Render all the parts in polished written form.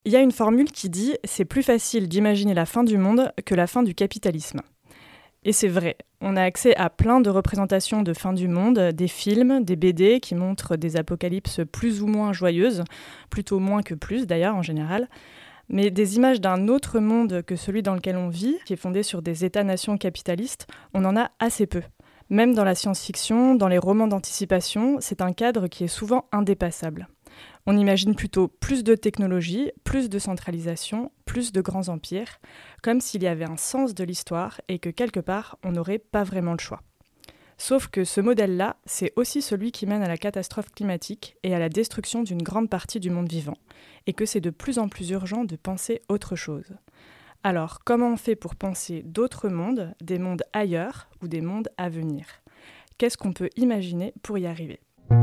Il y a une formule qui dit « c'est plus facile d'imaginer la fin du monde que la fin du capitalisme ». Et c'est vrai, on a accès à plein de représentations de fin du monde, des films, des BD qui montrent des apocalypses plus ou moins joyeuses, plutôt moins que plus d'ailleurs en général, mais des images d'un autre monde que celui dans lequel on vit, qui est fondé sur des États-nations capitalistes, on en a assez peu. Même dans la science-fiction, dans les romans d'anticipation, c'est un cadre qui est souvent indépassable. On imagine plutôt plus de technologie, plus de centralisation, plus de grands empires, comme s'il y avait un sens de l'histoire et que quelque part, on n'aurait pas vraiment le choix. Sauf que ce modèle-là, c'est aussi celui qui mène à la catastrophe climatique et à la destruction d'une grande partie du monde vivant, et que c'est de plus en plus urgent de penser autre chose. Alors, comment on fait pour penser d'autres mondes, des mondes ailleurs ou des mondes à venir ? Qu'est-ce qu'on peut imaginer pour y arriver ?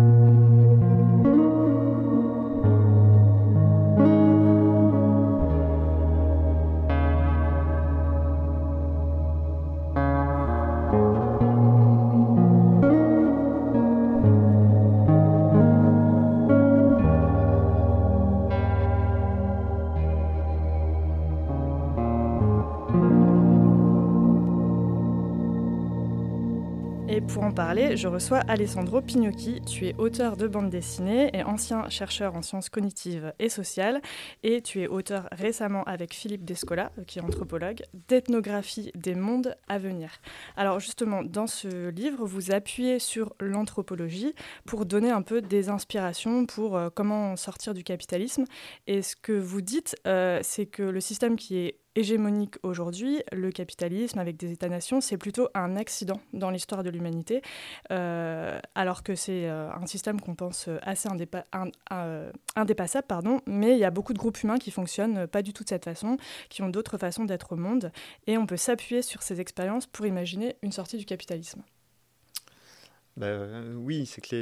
Et pour en parler, je reçois Alessandro Pignocchi. Tu es auteur de bande dessinée et ancien chercheur en sciences cognitives et sociales. Et tu es auteur récemment avec Philippe Descola, qui est anthropologue, d'Ethnographie des mondes à venir. Alors justement, dans ce livre, vous appuyez sur l'anthropologie pour donner un peu des inspirations pour comment sortir du capitalisme. Et ce que vous dites, c'est que le système qui est hégémonique aujourd'hui, le capitalisme avec des États-nations, c'est plutôt un accident dans l'histoire de l'humanité, alors que c'est un système qu'on pense assez indépassable, mais il y a beaucoup de groupes humains qui fonctionnent pas du tout de cette façon, qui ont d'autres façons d'être au monde, et on peut s'appuyer sur ces expériences pour imaginer une sortie du capitalisme. Oui, c'est que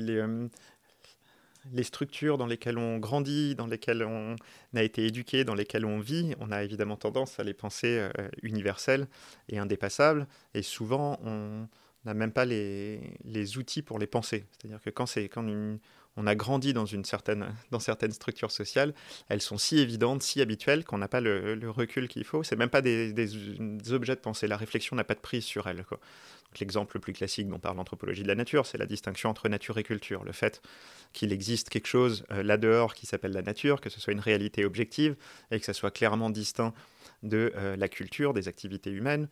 les structures dans lesquelles on grandit, dans lesquelles on a été éduqué, dans lesquelles on vit, on a évidemment tendance à les penser universelles et indépassables. Et souvent, on n'a même pas les outils pour les penser. C'est-à-dire que quand on a grandi dans certaines structures sociales, elles sont si évidentes, si habituelles qu'on n'a pas le recul qu'il faut. C'est même pas des objets de pensée. La réflexion n'a pas de prise sur elles, quoi. Donc, l'exemple le plus classique dont parle l'anthropologie de la nature, c'est la distinction entre nature et culture. Le fait qu'il existe quelque chose là-dehors qui s'appelle la nature, que ce soit une réalité objective et que ça soit clairement distinct de la culture, des activités humaines,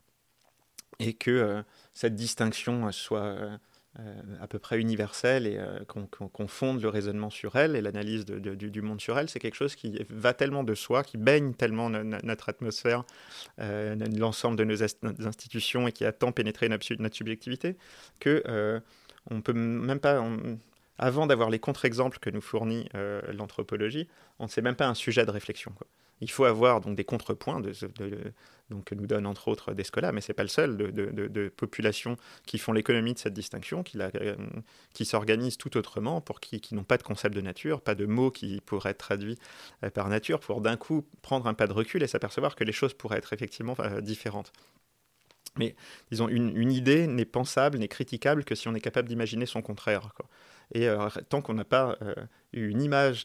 et que cette distinction soit à peu près universelle et qu'on fonde le raisonnement sur elle et l'analyse du monde sur elle, c'est quelque chose qui va tellement de soi, qui baigne tellement notre atmosphère, l'ensemble de nos institutions et qui a tant pénétré notre subjectivité que on peut même pas... avant d'avoir les contre-exemples que nous fournit l'anthropologie, on ne sait même pas un sujet de réflexion, quoi. Il faut avoir donc des contrepoints donc, que nous donne entre autres Descola, mais ce n'est pas le seul de populations qui font l'économie de cette distinction, qui s'organisent tout autrement, pour qui n'ont pas de concept de nature, pas de mots qui pourraient être traduits par nature, pour d'un coup prendre un pas de recul et s'apercevoir que les choses pourraient être effectivement différentes. Mais disons, une idée n'est pensable, n'est critiquable que si on est capable d'imaginer son contraire, quoi. Et tant qu'on n'a pas une image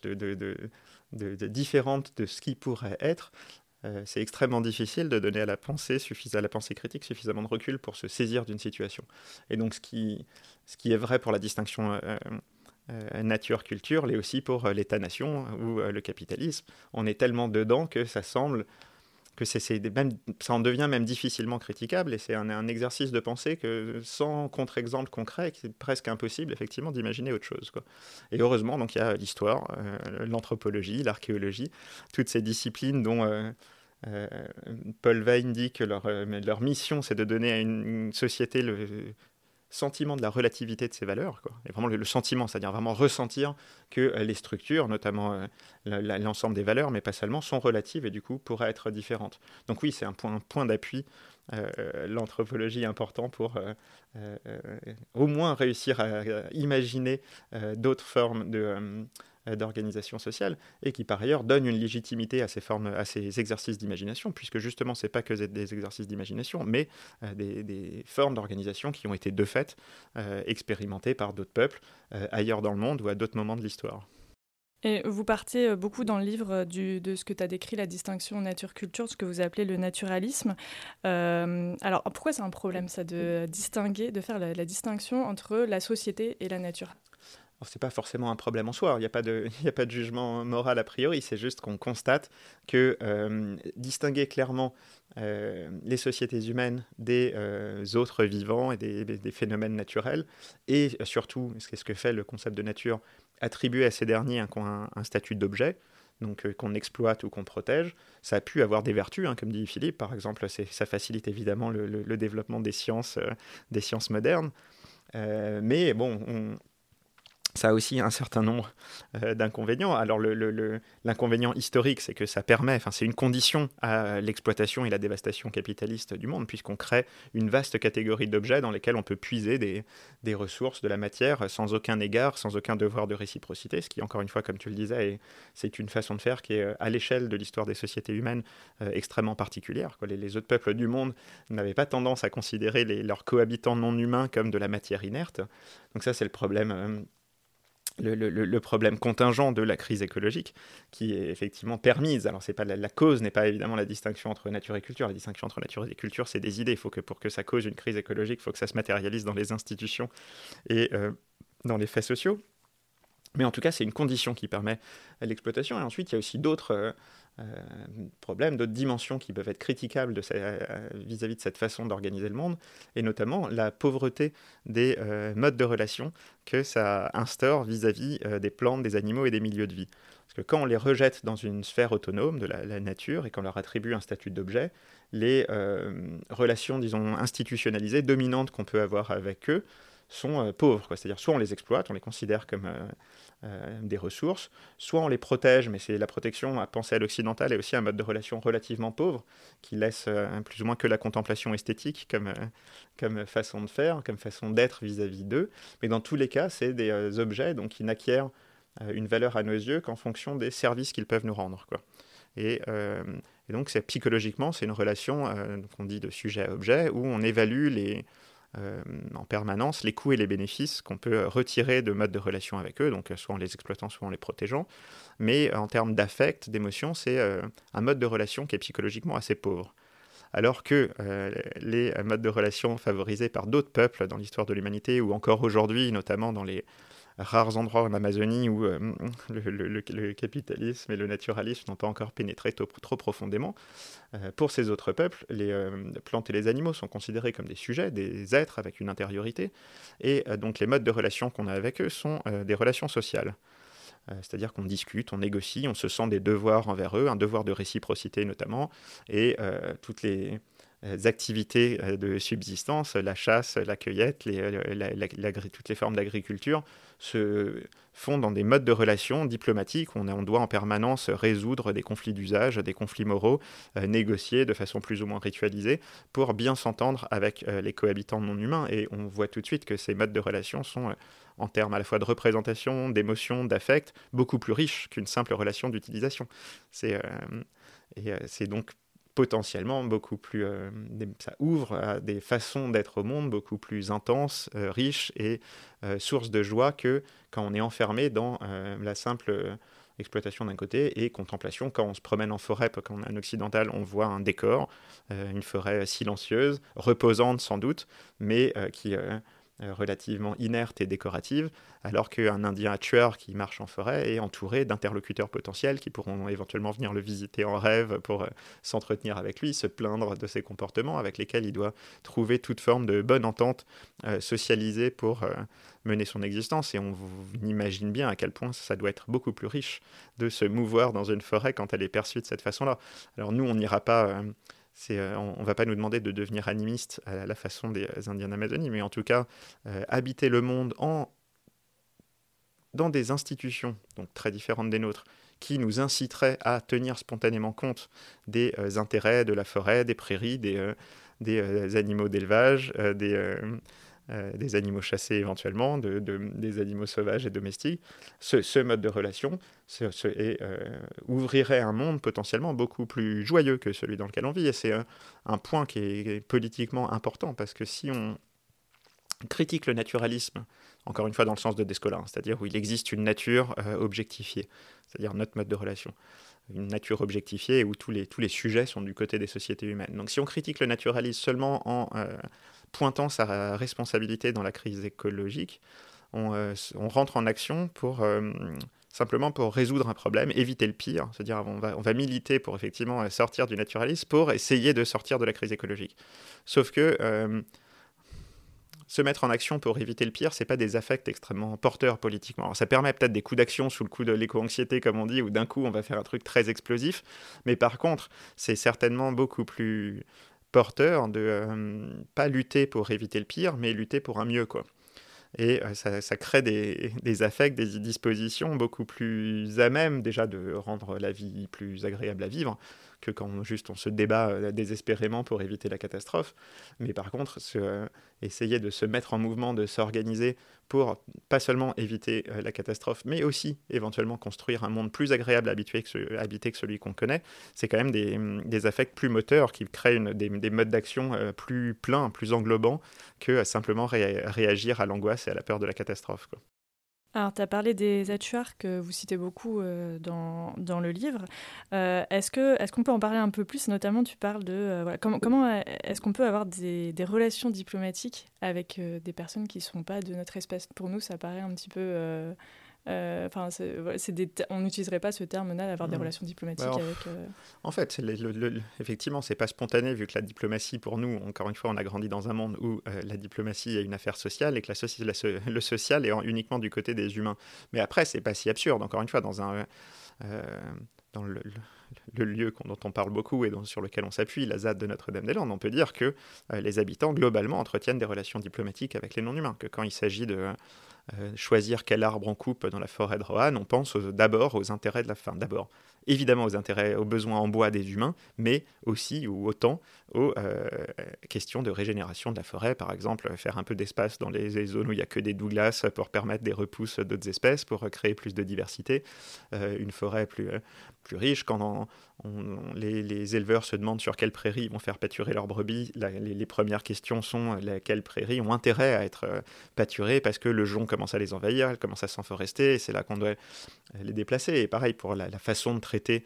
différente de ce qui pourrait être, c'est extrêmement difficile de donner à la pensée critique suffisamment de recul pour se saisir d'une situation. Et donc ce qui est vrai pour la distinction nature-culture l'est aussi pour l'État-nation ou le capitalisme. On est tellement dedans que ça semble que ça en devient même difficilement critiquable, et c'est un exercice de pensée que, sans contre-exemple concret, c'est presque impossible effectivement d'imaginer autre chose, quoi. Et heureusement, donc il y a l'histoire, l'anthropologie, l'archéologie, toutes ces disciplines dont Paul Veyne dit que leur mission, c'est de donner à une société le sentiment de la relativité de ses valeurs, quoi. Et vraiment le sentiment, c'est-à-dire vraiment ressentir que les structures, notamment l'ensemble des valeurs, mais pas seulement, sont relatives et du coup pourraient être différentes. Donc oui, c'est un point d'appui, l'anthropologie important pour au moins réussir à imaginer d'autres formes d'organisation sociale, et qui par ailleurs donne une légitimité à ces exercices d'imagination, puisque justement c'est pas que des exercices d'imagination, mais des formes d'organisation qui ont été de fait expérimentées par d'autres peuples ailleurs dans le monde ou à d'autres moments de l'histoire. Et vous partez beaucoup dans le livre de ce que tu as décrit, la distinction nature-culture, ce que vous appelez le naturalisme. Alors, pourquoi c'est un problème, ça, de distinguer, de faire la distinction entre la société et la nature? Ce n'est pas forcément un problème en soi, il n'y a pas de, il y a pas de jugement moral a priori, c'est juste qu'on constate que distinguer clairement les sociétés humaines des autres vivants et des phénomènes naturels, et surtout, c'est ce que fait le concept de nature, attribuer à ces derniers un statut d'objet, donc qu'on exploite ou qu'on protège, ça a pu avoir des vertus, hein, comme dit Philippe, par exemple, ça facilite évidemment le développement des sciences modernes, mais bon, ça a aussi un certain nombre d'inconvénients. Alors l'inconvénient historique, c'est que ça permet, c'est une condition à l'exploitation et la dévastation capitaliste du monde, puisqu'on crée une vaste catégorie d'objets dans lesquels on peut puiser des ressources, de la matière, sans aucun égard, sans aucun devoir de réciprocité, ce qui, encore une fois, comme tu le disais, c'est une façon de faire qui est, à l'échelle de l'histoire des sociétés humaines, extrêmement particulière. Les autres peuples du monde n'avaient pas tendance à considérer leurs cohabitants non humains comme de la matière inerte. Donc ça, c'est le problème... Le problème contingent de la crise écologique qui est effectivement permise. Alors c'est pas la cause n'est pas évidemment la distinction entre nature et culture. La distinction entre nature et culture, c'est des idées. Il faut que pour que ça cause une crise écologique, il faut que ça se matérialise dans les institutions et dans les faits sociaux. Mais en tout cas, c'est une condition qui permet l'exploitation. Et ensuite, il y a aussi d'autres problèmes, d'autres dimensions qui peuvent être critiquables vis-à-vis de cette façon d'organiser le monde, et notamment la pauvreté des modes de relation que ça instaure vis-à-vis des plantes, des animaux et des milieux de vie. Parce que quand on les rejette dans une sphère autonome de la nature et qu'on leur attribue un statut d'objet, les relations, disons, institutionnalisées, dominantes qu'on peut avoir avec eux, sont pauvres. C'est-à-dire soit on les exploite, on les considère comme des ressources, soit on les protège, mais c'est la protection à penser à l'occidental et aussi un mode de relation relativement pauvre qui laisse plus ou moins que la contemplation esthétique comme façon de faire, comme façon d'être vis-à-vis d'eux. Mais dans tous les cas, c'est des objets donc, qui n'acquièrent une valeur à nos yeux qu'en fonction des services qu'ils peuvent nous rendre, quoi. Et donc psychologiquement, c'est une relation qu'on dit de sujet à objet où on évalue en permanence les coûts et les bénéfices qu'on peut retirer de modes de relation avec eux, donc soit en les exploitant, soit en les protégeant. Mais en termes d'affect, d'émotion, c'est un mode de relation qui est psychologiquement assez pauvre. Alors que les modes de relation favorisés par d'autres peuples dans l'histoire de l'humanité, ou encore aujourd'hui, notamment dans les rares endroits en Amazonie où le capitalisme et le naturalisme n'ont pas encore pénétré trop profondément. Pour ces autres peuples, les plantes et les animaux sont considérés comme des sujets, des êtres avec une intériorité, et donc les modes de relation qu'on a avec eux sont des relations sociales. C'est-à-dire qu'on discute, on négocie, on se sent des devoirs envers eux, un devoir de réciprocité notamment, et toutes les activités de subsistance, la chasse, la cueillette, toutes les formes d'agriculture se font dans des modes de relations diplomatiques. On doit en permanence résoudre des conflits d'usage, des conflits moraux, négocier de façon plus ou moins ritualisée pour bien s'entendre avec les cohabitants non humains. Et on voit tout de suite que ces modes de relations sont, en termes à la fois de représentation, d'émotion, d'affect, beaucoup plus riches qu'une simple relation d'utilisation. C'est donc potentiellement beaucoup plus... ça ouvre à des façons d'être au monde beaucoup plus intenses, riches et sources de joie que quand on est enfermé dans la simple exploitation d'un côté et contemplation quand on se promène en forêt. Quand on est un occidental, on voit un décor, une forêt silencieuse, reposante sans doute, mais qui... relativement inerte et décorative, alors qu'un Indien tueur qui marche en forêt est entouré d'interlocuteurs potentiels qui pourront éventuellement venir le visiter en rêve pour s'entretenir avec lui, se plaindre de ses comportements avec lesquels il doit trouver toute forme de bonne entente socialisée pour mener son existence. Et on imagine bien à quel point ça doit être beaucoup plus riche de se mouvoir dans une forêt quand elle est perçue de cette façon-là. Alors nous, on n'ira pas... on ne va pas nous demander de devenir animiste à la façon des Indiens d'Amazonie, mais en tout cas, habiter le monde dans des institutions, donc très différentes des nôtres, qui nous inciteraient à tenir spontanément compte des intérêts de la forêt, des prairies, des animaux d'élevage, des animaux chassés éventuellement, des animaux sauvages et domestiques. Ce mode de relation ouvrirait un monde potentiellement beaucoup plus joyeux que celui dans lequel on vit. Et c'est un point qui est politiquement important, parce que si on critique le naturalisme encore une fois dans le sens de Descola, c'est-à-dire où il existe une nature objectifiée, c'est-à-dire notre mode de relation. Une nature objectifiée où tous les sujets sont du côté des sociétés humaines. Donc si on critique le naturalisme seulement en pointant sa responsabilité dans la crise écologique, on rentre en action simplement pour résoudre un problème, éviter le pire, c'est-à-dire on va militer pour effectivement sortir du naturalisme, pour essayer de sortir de la crise écologique. Sauf que se mettre en action pour éviter le pire, c'est pas des affects extrêmement porteurs politiquement. Alors ça permet peut-être des coups d'action sous le coup de l'éco-anxiété, comme on dit, où d'un coup on va faire un truc très explosif, mais par contre, c'est certainement beaucoup plus porteur de pas lutter pour éviter le pire, mais lutter pour un mieux, quoi. Et ça crée des affects, des dispositions beaucoup plus à même déjà de rendre la vie plus agréable à vivre que quand juste on se débat désespérément pour éviter la catastrophe. Mais par contre, essayer de se mettre en mouvement, de s'organiser pour pas seulement éviter la catastrophe, mais aussi éventuellement construire un monde plus agréable à habiter que celui qu'on connaît, c'est quand même des affects plus moteurs qui créent des modes d'action plus pleins, plus englobants que simplement réagir à l'angoisse et à la peur de la catastrophe, quoi. Alors, tu as parlé des attuaires que vous citez beaucoup dans le livre. Est-ce qu'on peut en parler un peu plus? Notamment, tu parles de voilà, comment est-ce qu'on peut avoir des relations diplomatiques avec des personnes qui ne sont pas de notre espèce? Pour nous, ça paraît un petit peu... on n'utiliserait pas ce terme-là d'avoir des relations diplomatiques avec... En fait, effectivement, c'est pas spontané, vu que la diplomatie, pour nous, encore une fois, on a grandi dans un monde où la diplomatie est une affaire sociale et que le social est uniquement du côté des humains. Mais après, c'est pas si absurde, encore une fois, dans le lieu dont on parle beaucoup et sur lequel on s'appuie, la ZAD de Notre-Dame-des-Landes, on peut dire que les habitants, globalement, entretiennent des relations diplomatiques avec les non-humains, que quand il s'agit de choisir quel arbre on coupe dans la forêt de Roanne, on pense d'abord aux intérêts de la fin. D'abord, évidemment, aux besoins en bois des humains, mais aussi ou autant aux questions de régénération de la forêt. Par exemple, faire un peu d'espace dans les zones où il n'y a que des douglas pour permettre des repousses d'autres espèces, pour créer plus de diversité, une forêt plus riche. Quand les éleveurs se demandent sur quelle prairie ils vont faire pâturer leurs brebis, les premières questions sont quelles prairies ont intérêt à être pâturées parce que le jonc commence à les envahir, elles commencent à s'enforester, et c'est là qu'on doit les déplacer. Et pareil pour la façon de traiter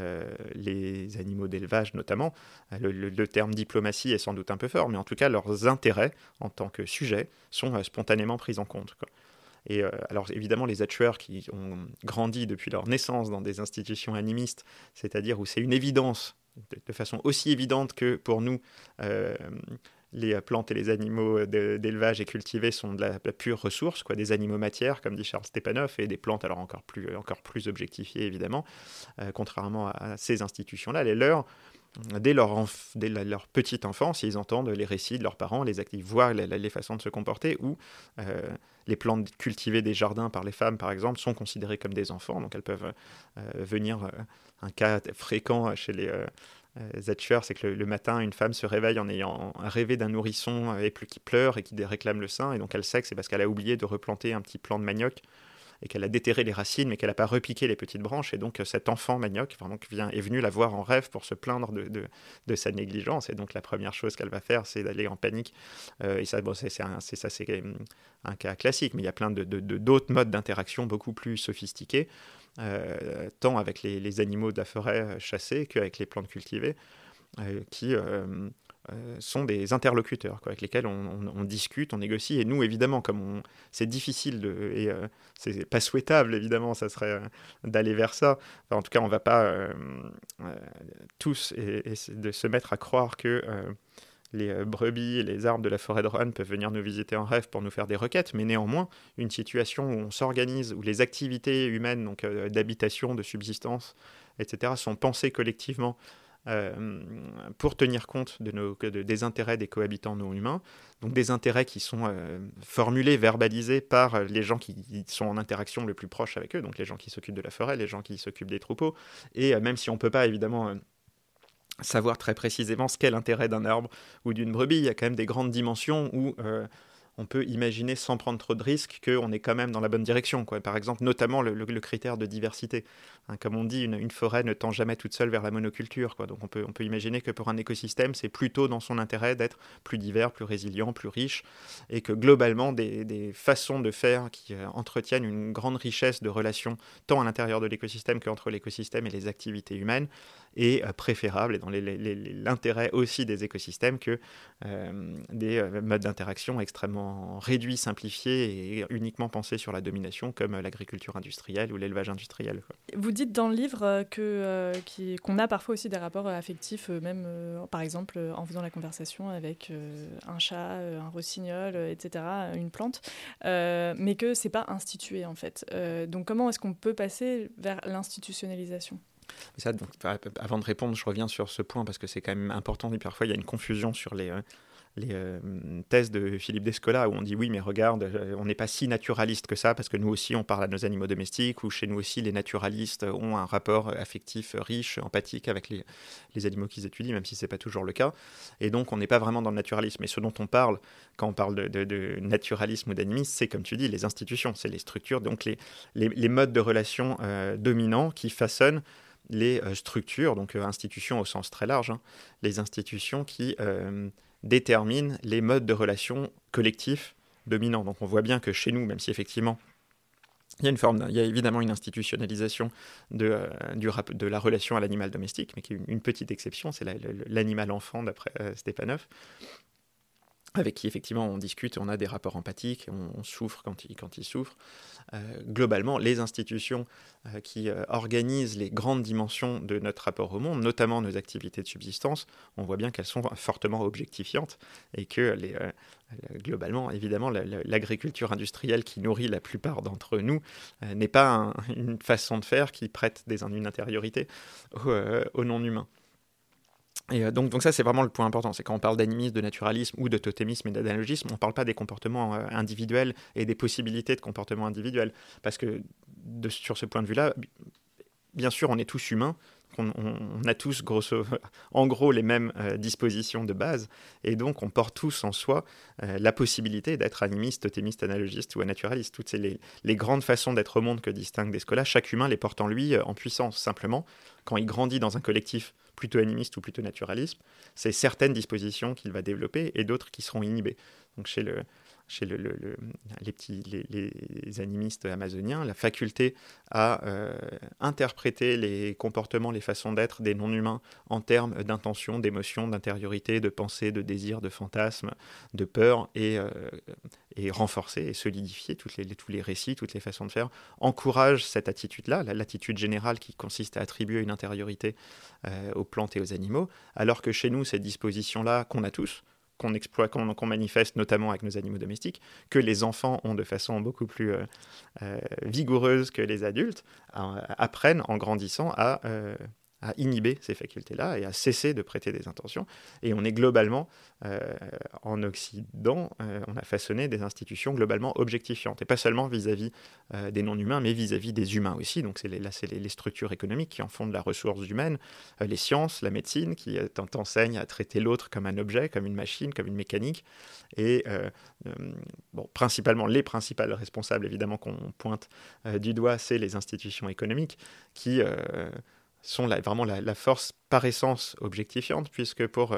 les animaux d'élevage notamment. Le terme diplomatie est sans doute un peu fort, mais en tout cas leurs intérêts en tant que sujet sont spontanément pris en compte, quoi. Et alors évidemment les attueurs qui ont grandi depuis leur naissance dans des institutions animistes, c'est-à-dire où c'est une évidence, de façon aussi évidente que pour nous, les plantes et les animaux d'élevage et cultivés sont de la pure ressource, quoi, des animaux matières, comme dit Charles Stepanov, et des plantes alors encore plus objectifiées évidemment, contrairement à ces institutions-là. Les leurs, dès leur petite enfance, ils entendent les récits de leurs parents, ils voient les façons de se comporter, où les plantes cultivées des jardins par les femmes, par exemple, sont considérées comme des enfants, donc elles peuvent venir... un cas fréquent chez les attueurs, c'est que le matin, une femme se réveille en ayant rêvé d'un nourrisson qui pleure et qui réclame le sein, et donc elle sait que c'est parce qu'elle a oublié de replanter un petit plant de manioc, et qu'elle a déterré les racines, mais qu'elle n'a pas repiqué les petites branches. Et donc cet enfant manioc est venu la voir en rêve pour se plaindre de sa négligence. Et donc la première chose qu'elle va faire, c'est d'aller en panique. Et ça, c'est un cas classique, mais il y a plein d'autres modes d'interaction beaucoup plus sophistiqués, tant avec les animaux de la forêt chassés qu'avec les plantes cultivées, qui... sont des interlocuteurs, quoi, avec lesquels on discute, on négocie. Et nous, évidemment, c'est difficile et c'est pas souhaitable, évidemment, ça serait d'aller vers ça. Enfin, en tout cas, on va pas tous de se mettre à croire que les brebis et les arbres de la forêt de Roanne peuvent venir nous visiter en rêve pour nous faire des requêtes, mais néanmoins, une situation où on s'organise, où les activités humaines, donc d'habitation, de subsistance, etc., sont pensées collectivement pour tenir compte des intérêts des cohabitants non humains, donc des intérêts qui sont formulés, verbalisés par les gens qui sont en interaction le plus proche avec eux, donc les gens qui s'occupent de la forêt, les gens qui s'occupent des troupeaux, et même si on ne peut pas évidemment savoir très précisément ce qu'est l'intérêt d'un arbre ou d'une brebis, il y a quand même des grandes dimensions où on peut imaginer sans prendre trop de risques qu'on est quand même dans la bonne direction, quoi. Par exemple, notamment le critère de diversité. Hein, comme on dit, une forêt ne tend jamais toute seule vers la monoculture, quoi. Donc on peut imaginer que pour un écosystème, c'est plutôt dans son intérêt d'être plus divers, plus résilient, plus riche, et que globalement, des façons de faire qui entretiennent une grande richesse de relations, tant à l'intérieur de l'écosystème qu'entre l'écosystème et les activités humaines, est préférable et dans l'intérêt aussi des écosystèmes que des modes d'interaction extrêmement réduits, simplifiés et uniquement pensés sur la domination comme l'agriculture industrielle ou l'élevage industriel, quoi. Vous dites dans le livre qu'on a parfois aussi des rapports affectifs, même par exemple en faisant la conversation avec un chat, un rossignol, etc., une plante, mais que c'est pas institué en fait. Donc comment est-ce qu'on peut passer vers l'institutionnalisation ? Ça, donc, avant de répondre, je reviens sur ce point parce que c'est quand même important. Et parfois, il y a une confusion sur les thèses de Philippe Descola où on dit oui, mais regarde, on n'est pas si naturaliste que ça parce que nous aussi, on parle à nos animaux domestiques ou chez nous aussi, les naturalistes ont un rapport affectif riche, empathique avec les animaux qu'ils étudient, même si ce n'est pas toujours le cas. Et donc, on n'est pas vraiment dans le naturalisme. Et ce dont on parle quand on parle de naturalisme ou d'animisme, c'est comme tu dis, les institutions, c'est les structures, donc les modes de relation dominants qui façonnent les structures, donc institutions au sens très large, hein, les institutions qui déterminent les modes de relation collectifs dominants. Donc on voit bien que chez nous, même si effectivement il y a évidemment une institutionnalisation de la relation à l'animal domestique, mais qui est une petite exception, c'est l'animal enfant d'après Stepanov, avec qui effectivement on discute, on a des rapports empathiques, on souffre quand il souffre. Globalement, les institutions qui organisent les grandes dimensions de notre rapport au monde, notamment nos activités de subsistance, on voit bien qu'elles sont fortement objectifiantes et que globalement, évidemment, l'agriculture industrielle qui nourrit la plupart d'entre nous n'est pas une façon de faire qui prête une intériorité au non-humain. Et donc ça, c'est vraiment le point important. C'est quand on parle d'animisme, de naturalisme ou de totémisme et d'analogisme, on ne parle pas des comportements individuels et des possibilités de comportements individuels. Parce que sur ce point de vue-là, bien sûr, on est tous humains. On a tous, en gros, les mêmes dispositions de base. Et donc, on porte tous en soi la possibilité d'être animiste, totémiste, analogiste ou naturaliste. Toutes les grandes façons d'être au monde que distingue Descola, chaque humain les porte en lui en puissance. Simplement, quand il grandit dans un collectif plutôt animiste ou plutôt naturaliste, c'est certaines dispositions qu'il va développer et d'autres qui seront inhibées. Donc, chez les animistes amazoniens, la faculté à interpréter les comportements, les façons d'être des non-humains en termes d'intention, d'émotion, d'intériorité, de pensée, de désir, de fantasme, de peur, et renforcer et solidifier tous les récits, toutes les façons de faire, encourage cette attitude-là, l'attitude générale qui consiste à attribuer une intériorité aux plantes et aux animaux, alors que chez nous, cette disposition-là qu'on a tous, qu'on exploite, qu'on manifeste notamment avec nos animaux domestiques, que les enfants ont de façon beaucoup plus vigoureuse que les adultes, apprennent en grandissant à inhiber ces facultés-là et à cesser de prêter des intentions. Et on est globalement, en Occident, on a façonné des institutions globalement objectifiantes, et pas seulement vis-à-vis des non-humains, mais vis-à-vis des humains aussi. Donc c'est les structures économiques qui en font de la ressource humaine, les sciences, la médecine, qui t'enseignent à traiter l'autre comme un objet, comme une machine, comme une mécanique. Et principalement, les principales responsables, évidemment, qu'on pointe du doigt, c'est les institutions économiques qui sont vraiment la force par essence objectifiante, puisque pour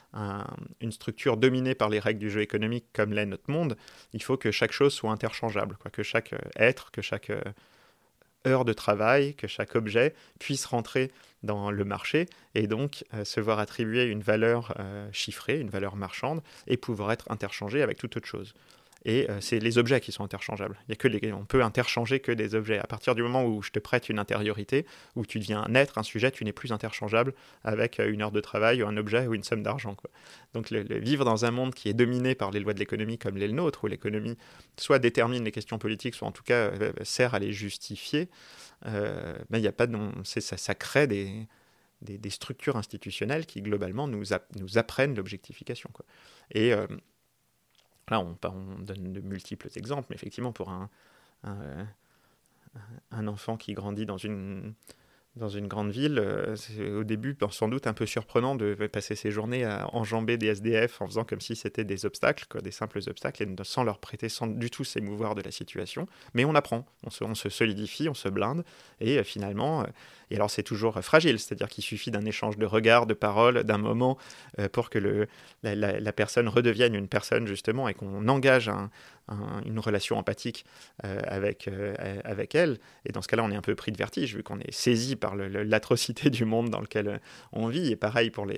une structure dominée par les règles du jeu économique comme l'est notre monde, il faut que chaque chose soit interchangeable, que chaque être, que chaque heure de travail, que chaque objet puisse rentrer dans le marché et donc se voir attribuer une valeur chiffrée, une valeur marchande, et pouvoir être interchangé avec toute autre chose. Et c'est les objets qui sont interchangeables. On peut interchanger que des objets. À partir du moment où je te prête une intériorité, où tu deviens un être, un sujet, tu n'es plus interchangeable avec une heure de travail ou un objet ou une somme d'argent, quoi. Donc vivre dans un monde qui est dominé par les lois de l'économie comme l'est le nôtre, où l'économie soit détermine les questions politiques, soit en tout cas sert à les justifier, mais y a pas ça crée des structures institutionnelles qui globalement nous apprennent l'objectification, quoi. Et là, on donne de multiples exemples, mais effectivement, pour un enfant qui grandit dans dans une grande ville, c'est au début sans doute un peu surprenant de passer ses journées à enjamber des SDF en faisant comme si c'était des obstacles, quoi, des simples obstacles, et sans leur prêter sans du tout s'émouvoir de la situation. Mais on apprend, on se solidifie, on se blinde, et finalement... et alors c'est toujours fragile, c'est-à-dire qu'il suffit d'un échange de regards, de paroles, d'un moment pour que la personne redevienne une personne justement et qu'on engage une relation empathique avec elle. Et dans ce cas-là, on est un peu pris de vertige vu qu'on est saisi par l'atrocité du monde dans lequel on vit. Et pareil pour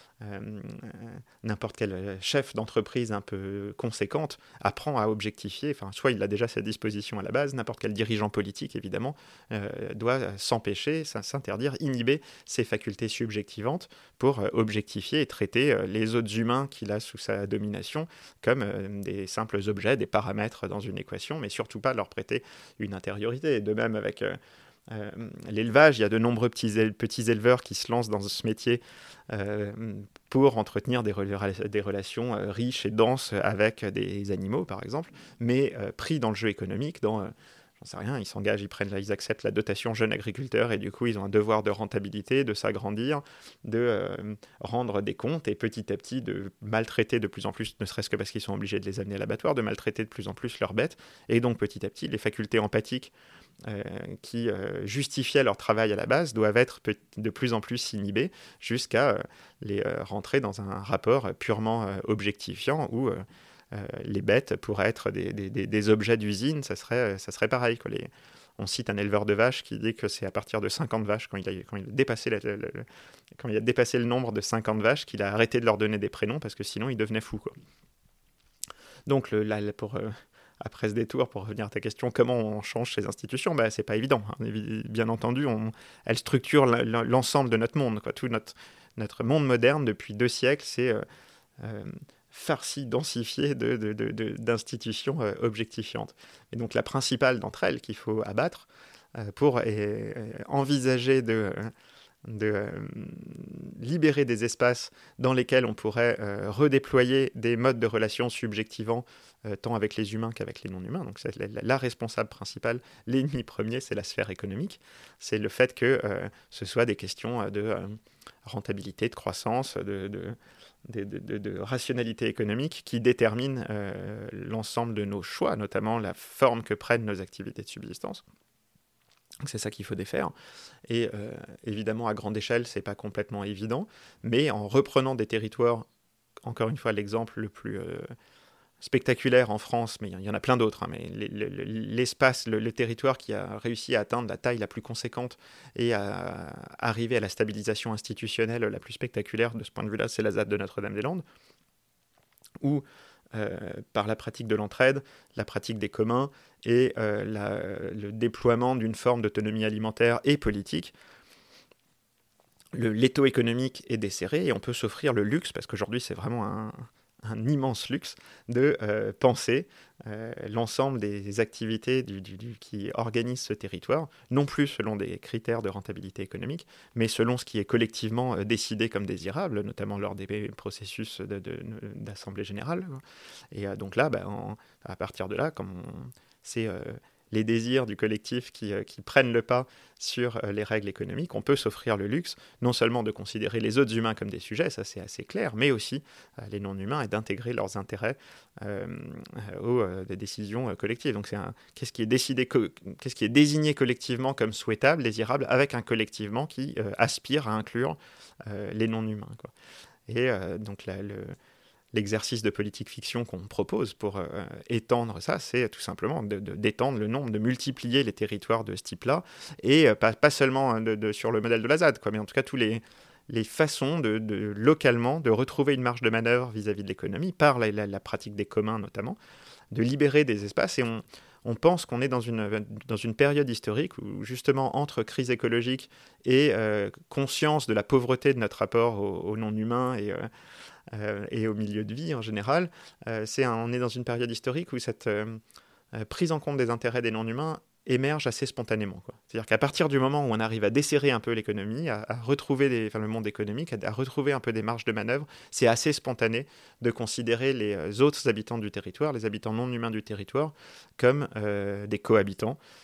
n'importe quel chef d'entreprise un peu conséquente apprend à objectifier, enfin, soit il a déjà sa disposition à la base, n'importe quel dirigeant politique évidemment doit s'empêcher, s'interdire, inhiber ses facultés subjectivantes pour objectifier et traiter les autres humains qu'il a sous sa domination comme des simples objets, des paramètres dans une équation, mais surtout pas leur prêter une intériorité. Et de même avec l'élevage, il y a de nombreux petits éleveurs qui se lancent dans ce métier pour entretenir des relations riches et denses avec des animaux, par exemple, mais pris dans le jeu économique, j'en sais rien, ils s'engagent, ils acceptent la dotation jeune agriculteur et du coup ils ont un devoir de rentabilité, de s'agrandir, de rendre des comptes et petit à petit de maltraiter de plus en plus, ne serait-ce que parce qu'ils sont obligés de les amener à l'abattoir, de maltraiter de plus en plus leurs bêtes, et donc petit à petit les facultés empathiques qui justifiaient leur travail à la base doivent être de plus en plus inhibées jusqu'à les rentrer dans un rapport purement objectifiant où les bêtes pourraient être des objets d'usine, ça serait pareil, quoi. On cite un éleveur de vaches qui dit que c'est à partir de 50 vaches, quand il a dépassé le nombre de 50 vaches, qu'il a arrêté de leur donner des prénoms parce que sinon il devenait fou, quoi. Donc après ce détour, pour revenir à ta question, comment on change ces institutions, c'est pas évident, hein. Bien entendu, elles structurent l'ensemble de notre monde, quoi. Tout notre monde moderne, depuis 2 siècles, c'est farci, densifié d'institutions objectifiantes. Et donc la principale d'entre elles qu'il faut abattre pour envisager de libérer des espaces dans lesquels on pourrait redéployer des modes de relations subjectivants tant avec les humains qu'avec les non-humains. Donc c'est la responsable principale, l'ennemi premier, c'est la sphère économique. C'est le fait que ce soit des questions de rentabilité, de croissance, de rationalité économique qui déterminent l'ensemble de nos choix, notamment la forme que prennent nos activités de subsistance. Donc c'est ça qu'il faut défaire. Et évidemment, à grande échelle, c'est pas complètement évident, mais en reprenant des territoires, encore une fois, l'exemple le plus spectaculaire en France, mais il y en a plein d'autres, hein, mais l'espace, le territoire qui a réussi à atteindre la taille la plus conséquente et à arriver à la stabilisation institutionnelle la plus spectaculaire de ce point de vue-là, c'est la ZAD de Notre-Dame-des-Landes, où par la pratique de l'entraide, la pratique des communs et le déploiement d'une forme d'autonomie alimentaire et politique, l'étau économique est desserré et on peut s'offrir le luxe, parce qu'aujourd'hui c'est vraiment un immense luxe de penser l'ensemble des activités qui organisent ce territoire, non plus selon des critères de rentabilité économique, mais selon ce qui est collectivement décidé comme désirable, notamment lors des processus d'assemblée générale. Et donc là, à partir de là, c'est les désirs du collectif qui prennent le pas sur les règles économiques, on peut s'offrir le luxe non seulement de considérer les autres humains comme des sujets, ça c'est assez clair, mais aussi les non-humains et d'intégrer leurs intérêts aux des décisions collectives. Donc qu'est-ce qui est désigné collectivement comme souhaitable, désirable, avec un collectivement qui aspire à inclure les non-humains, quoi. Et donc l'exercice de politique fiction qu'on propose pour étendre ça, c'est tout simplement d'étendre le nombre, de multiplier les territoires de ce type-là, et pas seulement sur le modèle de la ZAD, quoi, mais en tout cas tous les façons localement de retrouver une marge de manœuvre vis-à-vis de l'économie, par la pratique des communs notamment, de libérer des espaces. Et on pense qu'on est dans une période historique où, justement, entre crise écologique et conscience de la pauvreté de notre rapport aux non-humains et au milieu de vie en général, on est dans une période historique où cette prise en compte des intérêts des non-humains émerge assez spontanément, quoi. C'est-à-dire qu'à partir du moment où on arrive à desserrer un peu l'économie, à retrouver le monde économique, à retrouver un peu des marges de manœuvre, c'est assez spontané de considérer les autres habitants du territoire, les habitants non humains du territoire, comme des cohabitants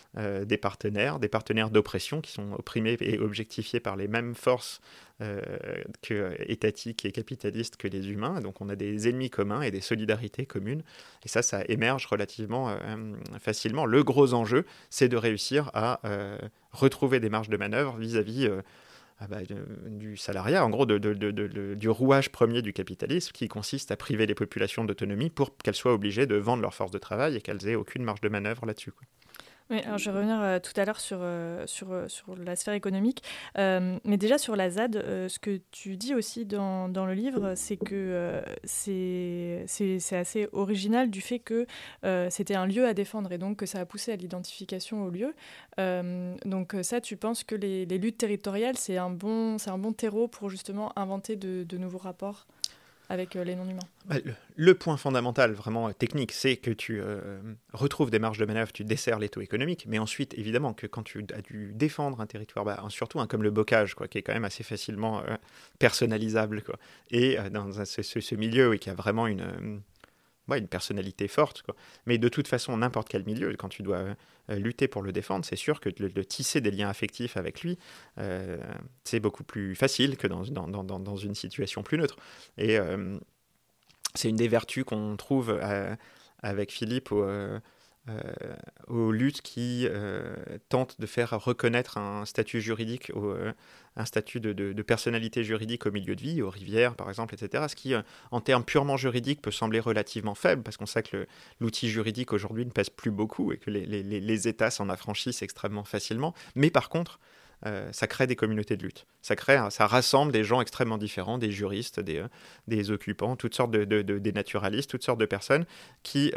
des partenaires d'oppression qui sont opprimés et objectifiés par les mêmes forces étatiques et capitalistes que les humains. Donc on a des ennemis communs et des solidarités communes. Et ça émerge relativement facilement. Le gros enjeu, c'est de réussir à retrouver des marges de manœuvre vis-à-vis du salariat, en gros du rouage premier du capitalisme, qui consiste à priver les populations d'autonomie pour qu'elles soient obligées de vendre leur force de travail et qu'elles aient aucune marge de manœuvre là-dessus, quoi. Oui, alors je vais revenir tout à l'heure sur la sphère économique. Mais déjà sur la ZAD, ce que tu dis aussi dans le livre, c'est que c'est assez original du fait que c'était un lieu à défendre et donc que ça a poussé à l'identification au lieu. Donc ça, tu penses que les luttes territoriales, c'est un bon terreau pour justement inventer de nouveaux rapports avec les non-humains. Le point fondamental, vraiment technique, c'est que tu retrouves des marges de manœuvre, tu desserres les taux économiques, mais ensuite, évidemment, que quand tu as dû défendre un territoire, surtout comme le bocage, quoi, qui est quand même assez facilement personnalisable, quoi, et dans ce milieu qui a vraiment une personnalité forte, quoi. Mais de toute façon, n'importe quel milieu, quand tu dois lutter pour le défendre, c'est sûr que de tisser des liens affectifs avec lui, c'est beaucoup plus facile que dans une situation plus neutre. Et c'est une des vertus qu'on trouve avec Philippe aux luttes qui tentent de faire reconnaître un statut juridique, un statut de personnalité juridique au milieu de vie, aux rivières par exemple, etc. Ce qui, en termes purement juridiques, peut sembler relativement faible, parce qu'on sait que l'outil juridique aujourd'hui ne pèse plus beaucoup et que les États s'en affranchissent extrêmement facilement. Mais par contre, ça crée des communautés de lutte. Ça rassemble des gens extrêmement différents, des juristes, des occupants, toutes sortes des naturalistes, toutes sortes de personnes qui,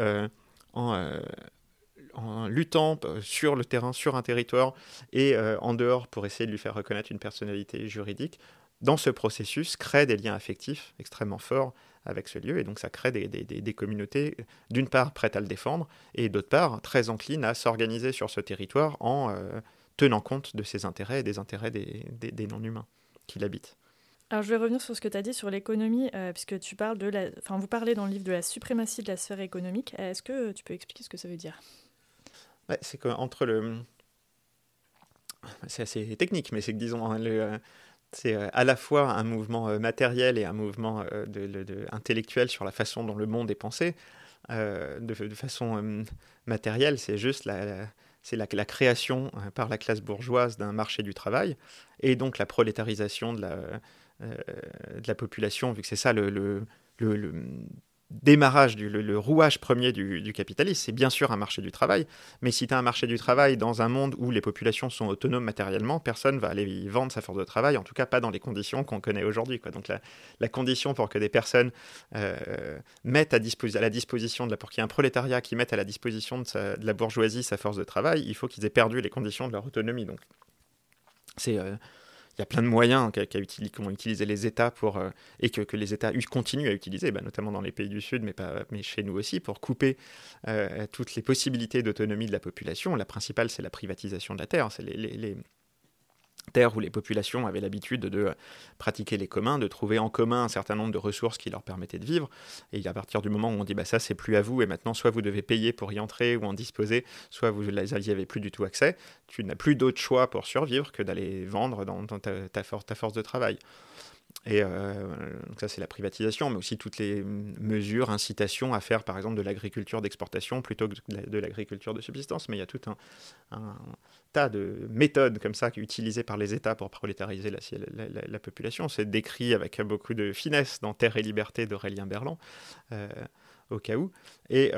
en luttant sur le terrain, sur un territoire et en dehors pour essayer de lui faire reconnaître une personnalité juridique, dans ce processus, crée des liens affectifs extrêmement forts avec ce lieu. Et donc ça crée des communautés, d'une part, prêtes à le défendre, et d'autre part, très enclines à s'organiser sur ce territoire en tenant compte de ses intérêts et des intérêts des non-humains qui l'habitent. Alors je vais revenir sur ce que tu as dit sur l'économie, puisque tu parles vous parlez dans le livre de la suprématie de la sphère économique. Est-ce que tu peux expliquer ce que ça veut dire ? Ouais, c'est qu'entre c'est assez technique, mais c'est que disons, c'est à la fois un mouvement matériel et un mouvement intellectuel sur la façon dont le monde est pensé. De façon matérielle, c'est juste la création par la classe bourgeoise d'un marché du travail, et donc la prolétarisation de la population, vu que c'est ça le démarrage, le rouage premier du capitalisme. C'est bien sûr un marché du travail, mais si tu as un marché du travail dans un monde où les populations sont autonomes matériellement, personne va aller y vendre sa force de travail, en tout cas pas dans les conditions qu'on connaît aujourd'hui, quoi. Donc la condition pour que des personnes mettent à la disposition pour qu'il y ait un prolétariat qui mette à la disposition de la bourgeoisie sa force de travail, il faut qu'ils aient perdu les conditions de leur autonomie. Donc c'est... il y a plein de moyens qu'ont utilisé les États et que les États continuent à utiliser, notamment dans les pays du Sud, mais chez nous aussi, pour couper toutes les possibilités d'autonomie de la population. La principale, c'est la privatisation de la terre. C'est les terres où les populations avaient l'habitude de pratiquer les communs, de trouver en commun un certain nombre de ressources qui leur permettaient de vivre. Et à partir du moment où on dit ça c'est plus à vous et maintenant soit vous devez payer pour y entrer ou en disposer, soit vous n'y avez plus du tout accès, tu n'as plus d'autre choix pour survivre que d'aller vendre dans ta force de travail. Et donc ça c'est la privatisation, mais aussi toutes les mesures, incitations à faire par exemple de l'agriculture d'exportation plutôt que de l'agriculture de subsistance. Mais il y a tout un tas de méthodes comme ça utilisées par les États pour prolétariser la population. C'est décrit avec beaucoup de finesse dans Terre et Liberté d'Aurélien Berland, au cas où. Et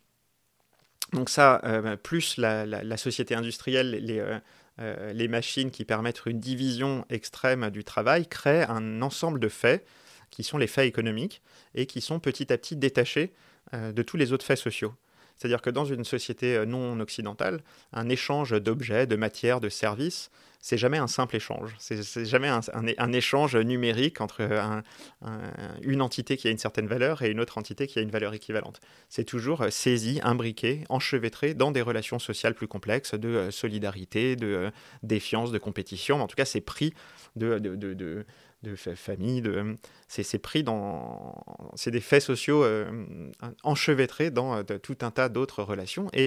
donc ça, plus la société industrielle, les machines qui permettent une division extrême du travail créent un ensemble de faits qui sont les faits économiques et qui sont petit à petit détachés de tous les autres faits sociaux. C'est-à-dire que dans une société non occidentale, un échange d'objets, de matières, de services, c'est jamais un simple échange. C'est jamais un échange numérique entre une entité qui a une certaine valeur et une autre entité qui a une valeur équivalente. C'est toujours saisi, imbriqué, enchevêtré dans des relations sociales plus complexes, de solidarité, de défiance, de compétition. En tout cas, c'est pris de famille, c'est pris c'est des faits sociaux enchevêtrés dans tout un tas d'autres relations. Et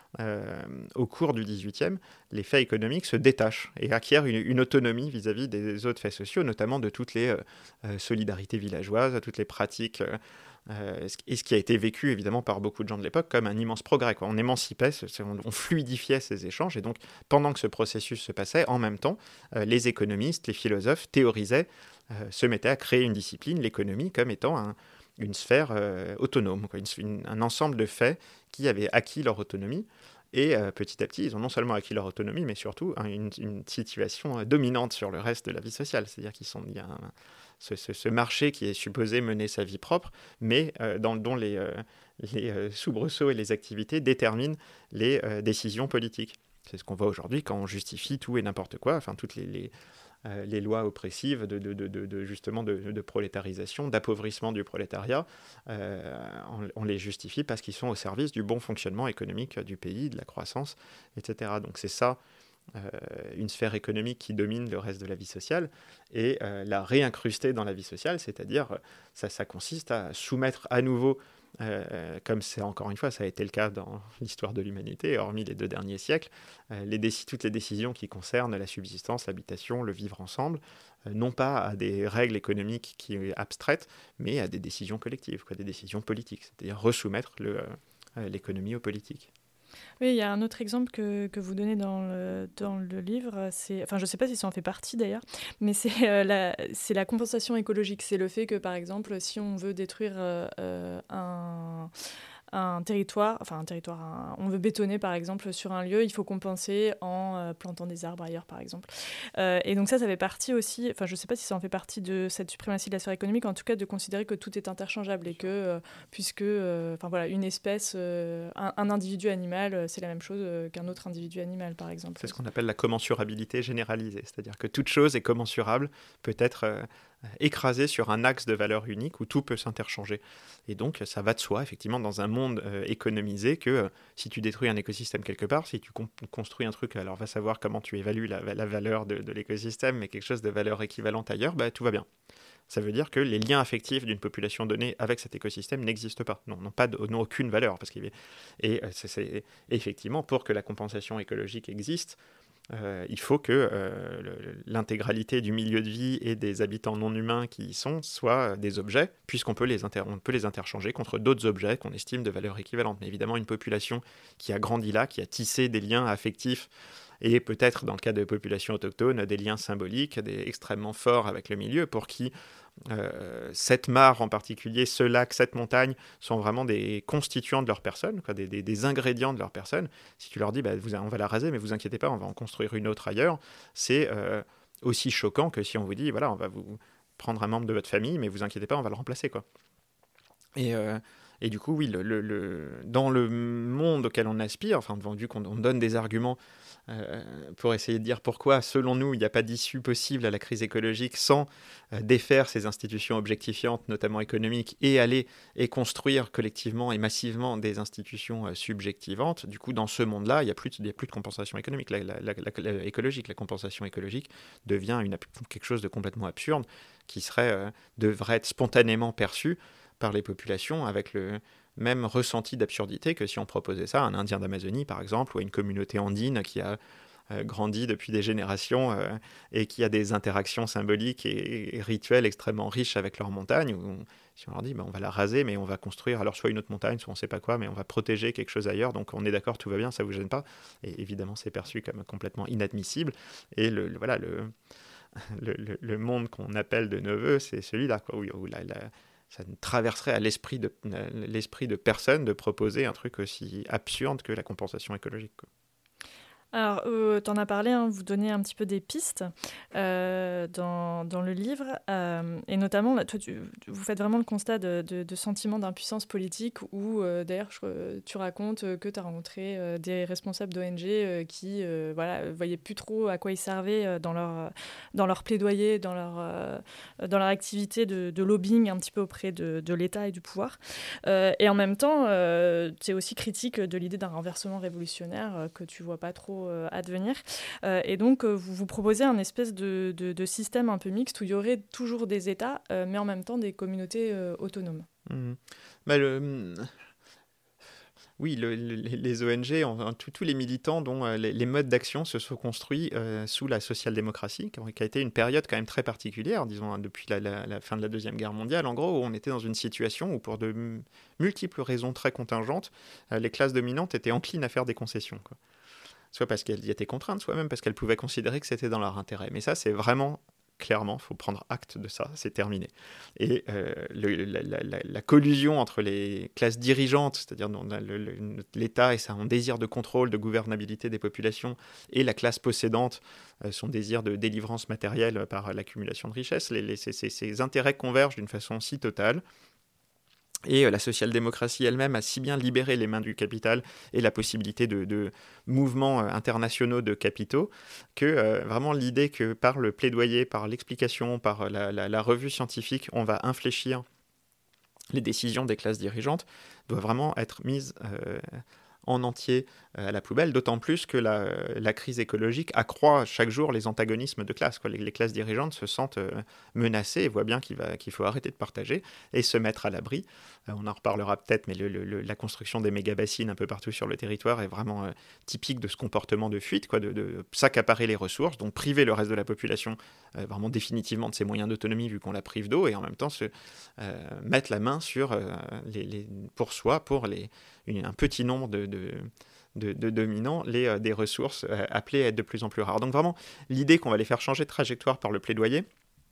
au cours du XVIIIe, les faits économiques se détachent et acquièrent une autonomie vis-à-vis des autres faits sociaux, notamment de toutes les solidarités villageoises, toutes les pratiques, et ce qui a été vécu évidemment par beaucoup de gens de l'époque comme un immense progrès, quoi. On émancipait, on fluidifiait ces échanges, et donc pendant que ce processus se passait, en même temps, les économistes, les philosophes théorisaient, se mettaient à créer une discipline, l'économie, comme étant une sphère autonome, quoi, un ensemble de faits qui avaient acquis leur autonomie. Et petit à petit, ils ont non seulement acquis leur autonomie, mais surtout une situation dominante sur le reste de la vie sociale. C'est-à-dire il y a ce marché qui est supposé mener sa vie propre, mais dont les soubresauts et les activités déterminent les décisions politiques. C'est ce qu'on voit aujourd'hui quand on justifie tout et n'importe quoi, enfin toutes les lois oppressives justement de prolétarisation, d'appauvrissement du prolétariat, on les justifie parce qu'ils sont au service du bon fonctionnement économique du pays, de la croissance, etc. Donc c'est ça, une sphère économique qui domine le reste de la vie sociale, et la réincruster dans la vie sociale, c'est-à-dire ça consiste à soumettre à nouveau, comme c'est encore une fois, ça a été le cas dans l'histoire de l'humanité, hormis les 2 derniers siècles, toutes les décisions qui concernent la subsistance, l'habitation, le vivre ensemble, non pas à des règles économiques qui sont abstraites, mais à des décisions collectives, des décisions politiques, c'est-à-dire resoumettre l'économie aux politiques. Oui, il y a un autre exemple que vous donnez dans le livre, enfin je ne sais pas si ça en fait partie d'ailleurs, mais c'est la compensation écologique. C'est le fait que par exemple, si on veut détruire un territoire, on veut bétonner par exemple sur un lieu, il faut compenser en plantant des arbres ailleurs par exemple. Et donc ça fait partie aussi, enfin je ne sais pas si ça en fait partie de cette suprématie de la sphère économique, en tout cas de considérer que tout est interchangeable et que puisque une espèce, un individu animal, c'est la même chose qu'un autre individu animal par exemple. C'est ce qu'on appelle la commensurabilité généralisée, c'est-à-dire que toute chose est commensurable, peut être écrasé sur un axe de valeur unique où tout peut s'interchanger. Et donc, ça va de soi, effectivement, dans un monde économisé, que si tu détruis un écosystème quelque part, si tu construis un truc, alors va savoir comment tu évalues la valeur de l'écosystème, mais quelque chose de valeur équivalente ailleurs, tout va bien. Ça veut dire que les liens affectifs d'une population donnée avec cet écosystème n'existent pas, n'ont aucune valeur. C'est effectivement, pour que la compensation écologique existe, il faut que l'intégralité du milieu de vie et des habitants non humains qui y sont soient des objets, puisqu'on peut les interchanger contre d'autres objets qu'on estime de valeur équivalente. Mais évidemment, une population qui a grandi là, qui a tissé des liens affectifs, et peut-être, dans le cas de populations autochtones, des liens symboliques extrêmement forts avec le milieu, pour qui cette mare en particulier, ce lac, cette montagne, sont vraiment des constituants de leur personne, des ingrédients de leur personne. Si tu leur dis, on va la raser, mais vous inquiétez pas, on va en construire une autre ailleurs, c'est aussi choquant que si on vous dit, voilà, on va vous prendre un membre de votre famille, mais vous inquiétez pas, on va le remplacer, quoi. Et du coup, oui, dans le monde auquel on aspire, vu qu'on donne des arguments pour essayer de dire pourquoi, selon nous, il n'y a pas d'issue possible à la crise écologique sans défaire ces institutions objectifiantes, notamment économiques, et aller et construire collectivement et massivement des institutions subjectivantes. Du coup, dans ce monde-là, il n'y a plus de compensation économique. La compensation écologique devient quelque chose de complètement absurde qui devrait être spontanément perçu par les populations avec le même ressenti d'absurdité que si on proposait ça à un Indien d'Amazonie, par exemple, ou à une communauté andine qui a grandi depuis des générations et qui a des interactions symboliques et rituelles extrêmement riches avec leur montagne, si on leur dit on va la raser, mais on va construire alors soit une autre montagne, soit on ne sait pas quoi, mais on va protéger quelque chose ailleurs, donc on est d'accord, tout va bien, ça ne vous gêne pas. Et évidemment, c'est perçu comme complètement inadmissible. Et le monde qu'on appelle de nos voeux, c'est celui-là, où ça ne traverserait à l'esprit de personne de proposer un truc aussi absurde que la compensation écologique, quoi. Alors, tu en as parlé, hein, vous donnez un petit peu des pistes dans le livre, et notamment, là, toi, vous faites vraiment le constat de sentiments d'impuissance politique où, d'ailleurs, tu racontes que tu as rencontré des responsables d'ONG qui voyaient plus trop à quoi ils servaient dans leur plaidoyer, dans leur activité de lobbying un petit peu auprès de l'État et du pouvoir. Et en même temps, tu es aussi critique de l'idée d'un renversement révolutionnaire que tu vois pas trop advenir. Et donc, vous proposez un espèce de système un peu mixte où il y aurait toujours des États, mais en même temps des communautés autonomes. Mmh. Oui, les ONG, tous les militants dont les modes d'action se sont construits sous la social-démocratie, qui a été une période quand même très particulière, disons, hein, depuis la fin de la Deuxième Guerre mondiale, en gros, où on était dans une situation où, pour de multiples raisons très contingentes, les classes dominantes étaient enclines à faire des concessions, quoi. Soit parce qu'elles y étaient contraintes, soit même parce qu'elles pouvaient considérer que c'était dans leur intérêt. Mais ça, c'est vraiment... Clairement, il faut prendre acte de ça, c'est terminé. Et la collusion entre les classes dirigeantes, c'est-à-dire l'État et son désir de contrôle, de gouvernabilité des populations, et la classe possédante, son désir de délivrance matérielle par l'accumulation de richesses, ces intérêts convergent d'une façon si totale. Et la social-démocratie elle-même a si bien libéré les mains du capital et la possibilité de mouvements internationaux de capitaux que vraiment l'idée que par le plaidoyer, par l'explication, par la revue scientifique, on va infléchir les décisions des classes dirigeantes doit vraiment être mise en entier à la poubelle, d'autant plus que la crise écologique accroît chaque jour les antagonismes de classe, quoi. Les classes dirigeantes se sentent menacées et voient bien qu'il faut arrêter de partager et se mettre à l'abri. On en reparlera peut-être, mais la construction des méga-bassines un peu partout sur le territoire est vraiment typique de ce comportement de fuite, quoi, de s'accaparer les ressources, donc priver le reste de la population vraiment définitivement de ses moyens d'autonomie vu qu'on la prive d'eau, et en même temps mettre la main sur pour soi, pour un petit nombre de dominants, des ressources appelées à être de plus en plus rares. Donc vraiment, l'idée qu'on va les faire changer de trajectoire par le plaidoyer,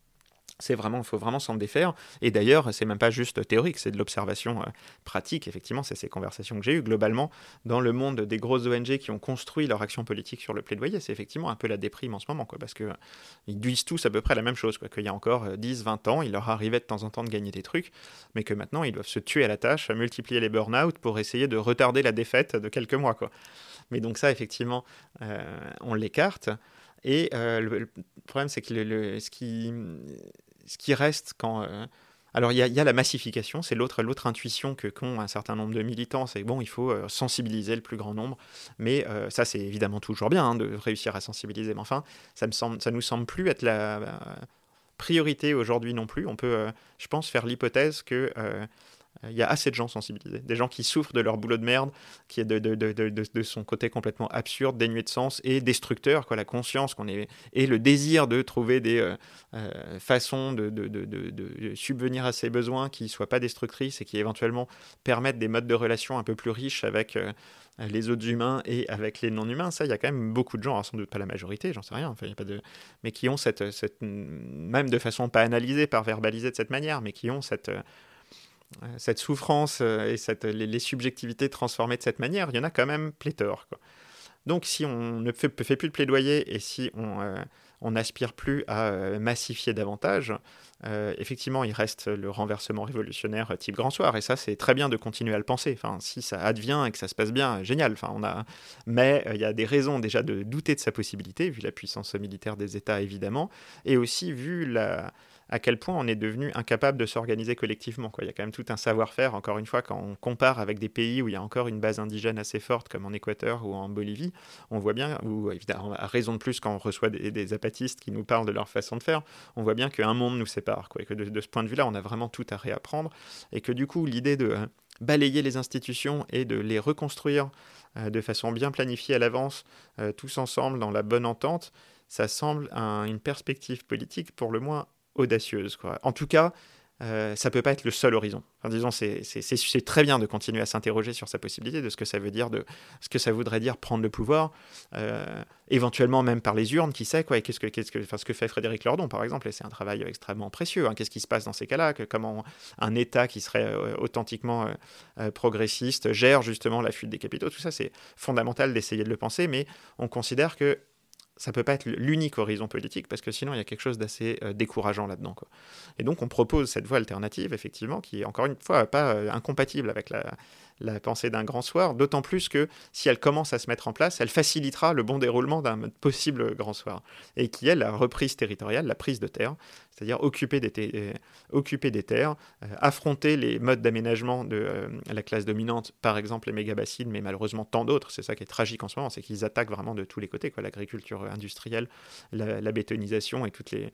il faut vraiment s'en défaire. Et d'ailleurs, c'est même pas juste théorique, c'est de l'observation pratique. Effectivement, c'est ces conversations que j'ai eues. Globalement, dans le monde des grosses ONG qui ont construit leur action politique sur le plaidoyer, c'est effectivement un peu la déprime en ce moment, quoi, parce qu'ils disent tous à peu près la même chose, quoi, qu'il y a encore 10, 20 ans, il leur arrivait de temps en temps de gagner des trucs, mais que maintenant, ils doivent se tuer à la tâche, à multiplier les burn-out pour essayer de retarder la défaite de quelques mois, quoi. Mais donc ça, effectivement, on l'écarte. Et le problème, c'est que ce qui reste quand... alors, il y a la massification, c'est l'autre intuition qu'ont un certain nombre de militants, c'est bon, il faut sensibiliser le plus grand nombre, mais ça, c'est évidemment toujours bien, hein, de réussir à sensibiliser, mais enfin, ça nous semble plus être la priorité aujourd'hui non plus. On peut, je pense, faire l'hypothèse que... il y a assez de gens sensibilisés, des gens qui souffrent de leur boulot de merde, qui est de son côté complètement absurde, dénué de sens et destructeur, quoi, la conscience et le désir de trouver des façons de subvenir à ses besoins qui ne soient pas destructrices et qui éventuellement permettent des modes de relation un peu plus riches avec les autres humains et avec les non-humains. Ça, il y a quand même beaucoup de gens, alors sans doute pas la majorité, j'en sais rien, enfin, y a pas mais qui ont cette même de façon pas analysée, pas verbalisée de cette manière, mais qui ont cette souffrance et les subjectivités transformées de cette manière, il y en a quand même pléthore, quoi. Donc si on ne fait plus de plaidoyer et si on n'aspire plus à massifier davantage, effectivement il reste le renversement révolutionnaire type Grand Soir, et ça c'est très bien de continuer à le penser. Enfin, si ça advient et que ça se passe bien, génial. Enfin, mais il y a des raisons déjà de douter de sa possibilité, vu la puissance militaire des États évidemment, et aussi vu à quel point on est devenu incapable de s'organiser collectivement, quoi. Il y a quand même tout un savoir-faire, encore une fois, quand on compare avec des pays où il y a encore une base indigène assez forte, comme en Équateur ou en Bolivie, on voit bien, ou évidemment, à raison de plus quand on reçoit des apatistes qui nous parlent de leur façon de faire, on voit bien qu'un monde nous sépare, quoi, et que de ce point de vue-là, on a vraiment tout à réapprendre, et que du coup, l'idée de balayer les institutions et de les reconstruire de façon bien planifiée à l'avance, tous ensemble, dans la bonne entente, ça semble une perspective politique pour le moins audacieuse, quoi. En tout cas, ça peut pas être le seul horizon. Enfin, disons, c'est très bien de continuer à s'interroger sur sa possibilité, de ce que ça veut dire, de ce que ça voudrait dire prendre le pouvoir, éventuellement même par les urnes, qui sait, quoi. Et ce que fait Frédéric Lordon, par exemple, et c'est un travail extrêmement précieux, hein. Qu'est-ce qui se passe dans ces cas-là, comment un État qui serait authentiquement progressiste gère justement la fuite des capitaux, tout ça, c'est fondamental d'essayer de le penser, mais on considère que ça peut pas être l'unique horizon politique, parce que sinon il y a quelque chose d'assez décourageant là-dedans, quoi. Et donc on propose cette voie alternative, effectivement, qui est encore une fois pas incompatible avec la pensée d'un grand soir, d'autant plus que si elle commence à se mettre en place, elle facilitera le bon déroulement d'un possible grand soir, et qui est la reprise territoriale, la prise de terre, c'est-à-dire occuper des terres, affronter les modes d'aménagement de la classe dominante, par exemple les méga-bassines, mais malheureusement tant d'autres. C'est ça qui est tragique en ce moment, c'est qu'ils attaquent vraiment de tous les côtés, quoi. L'agriculture industrielle, la bétonisation et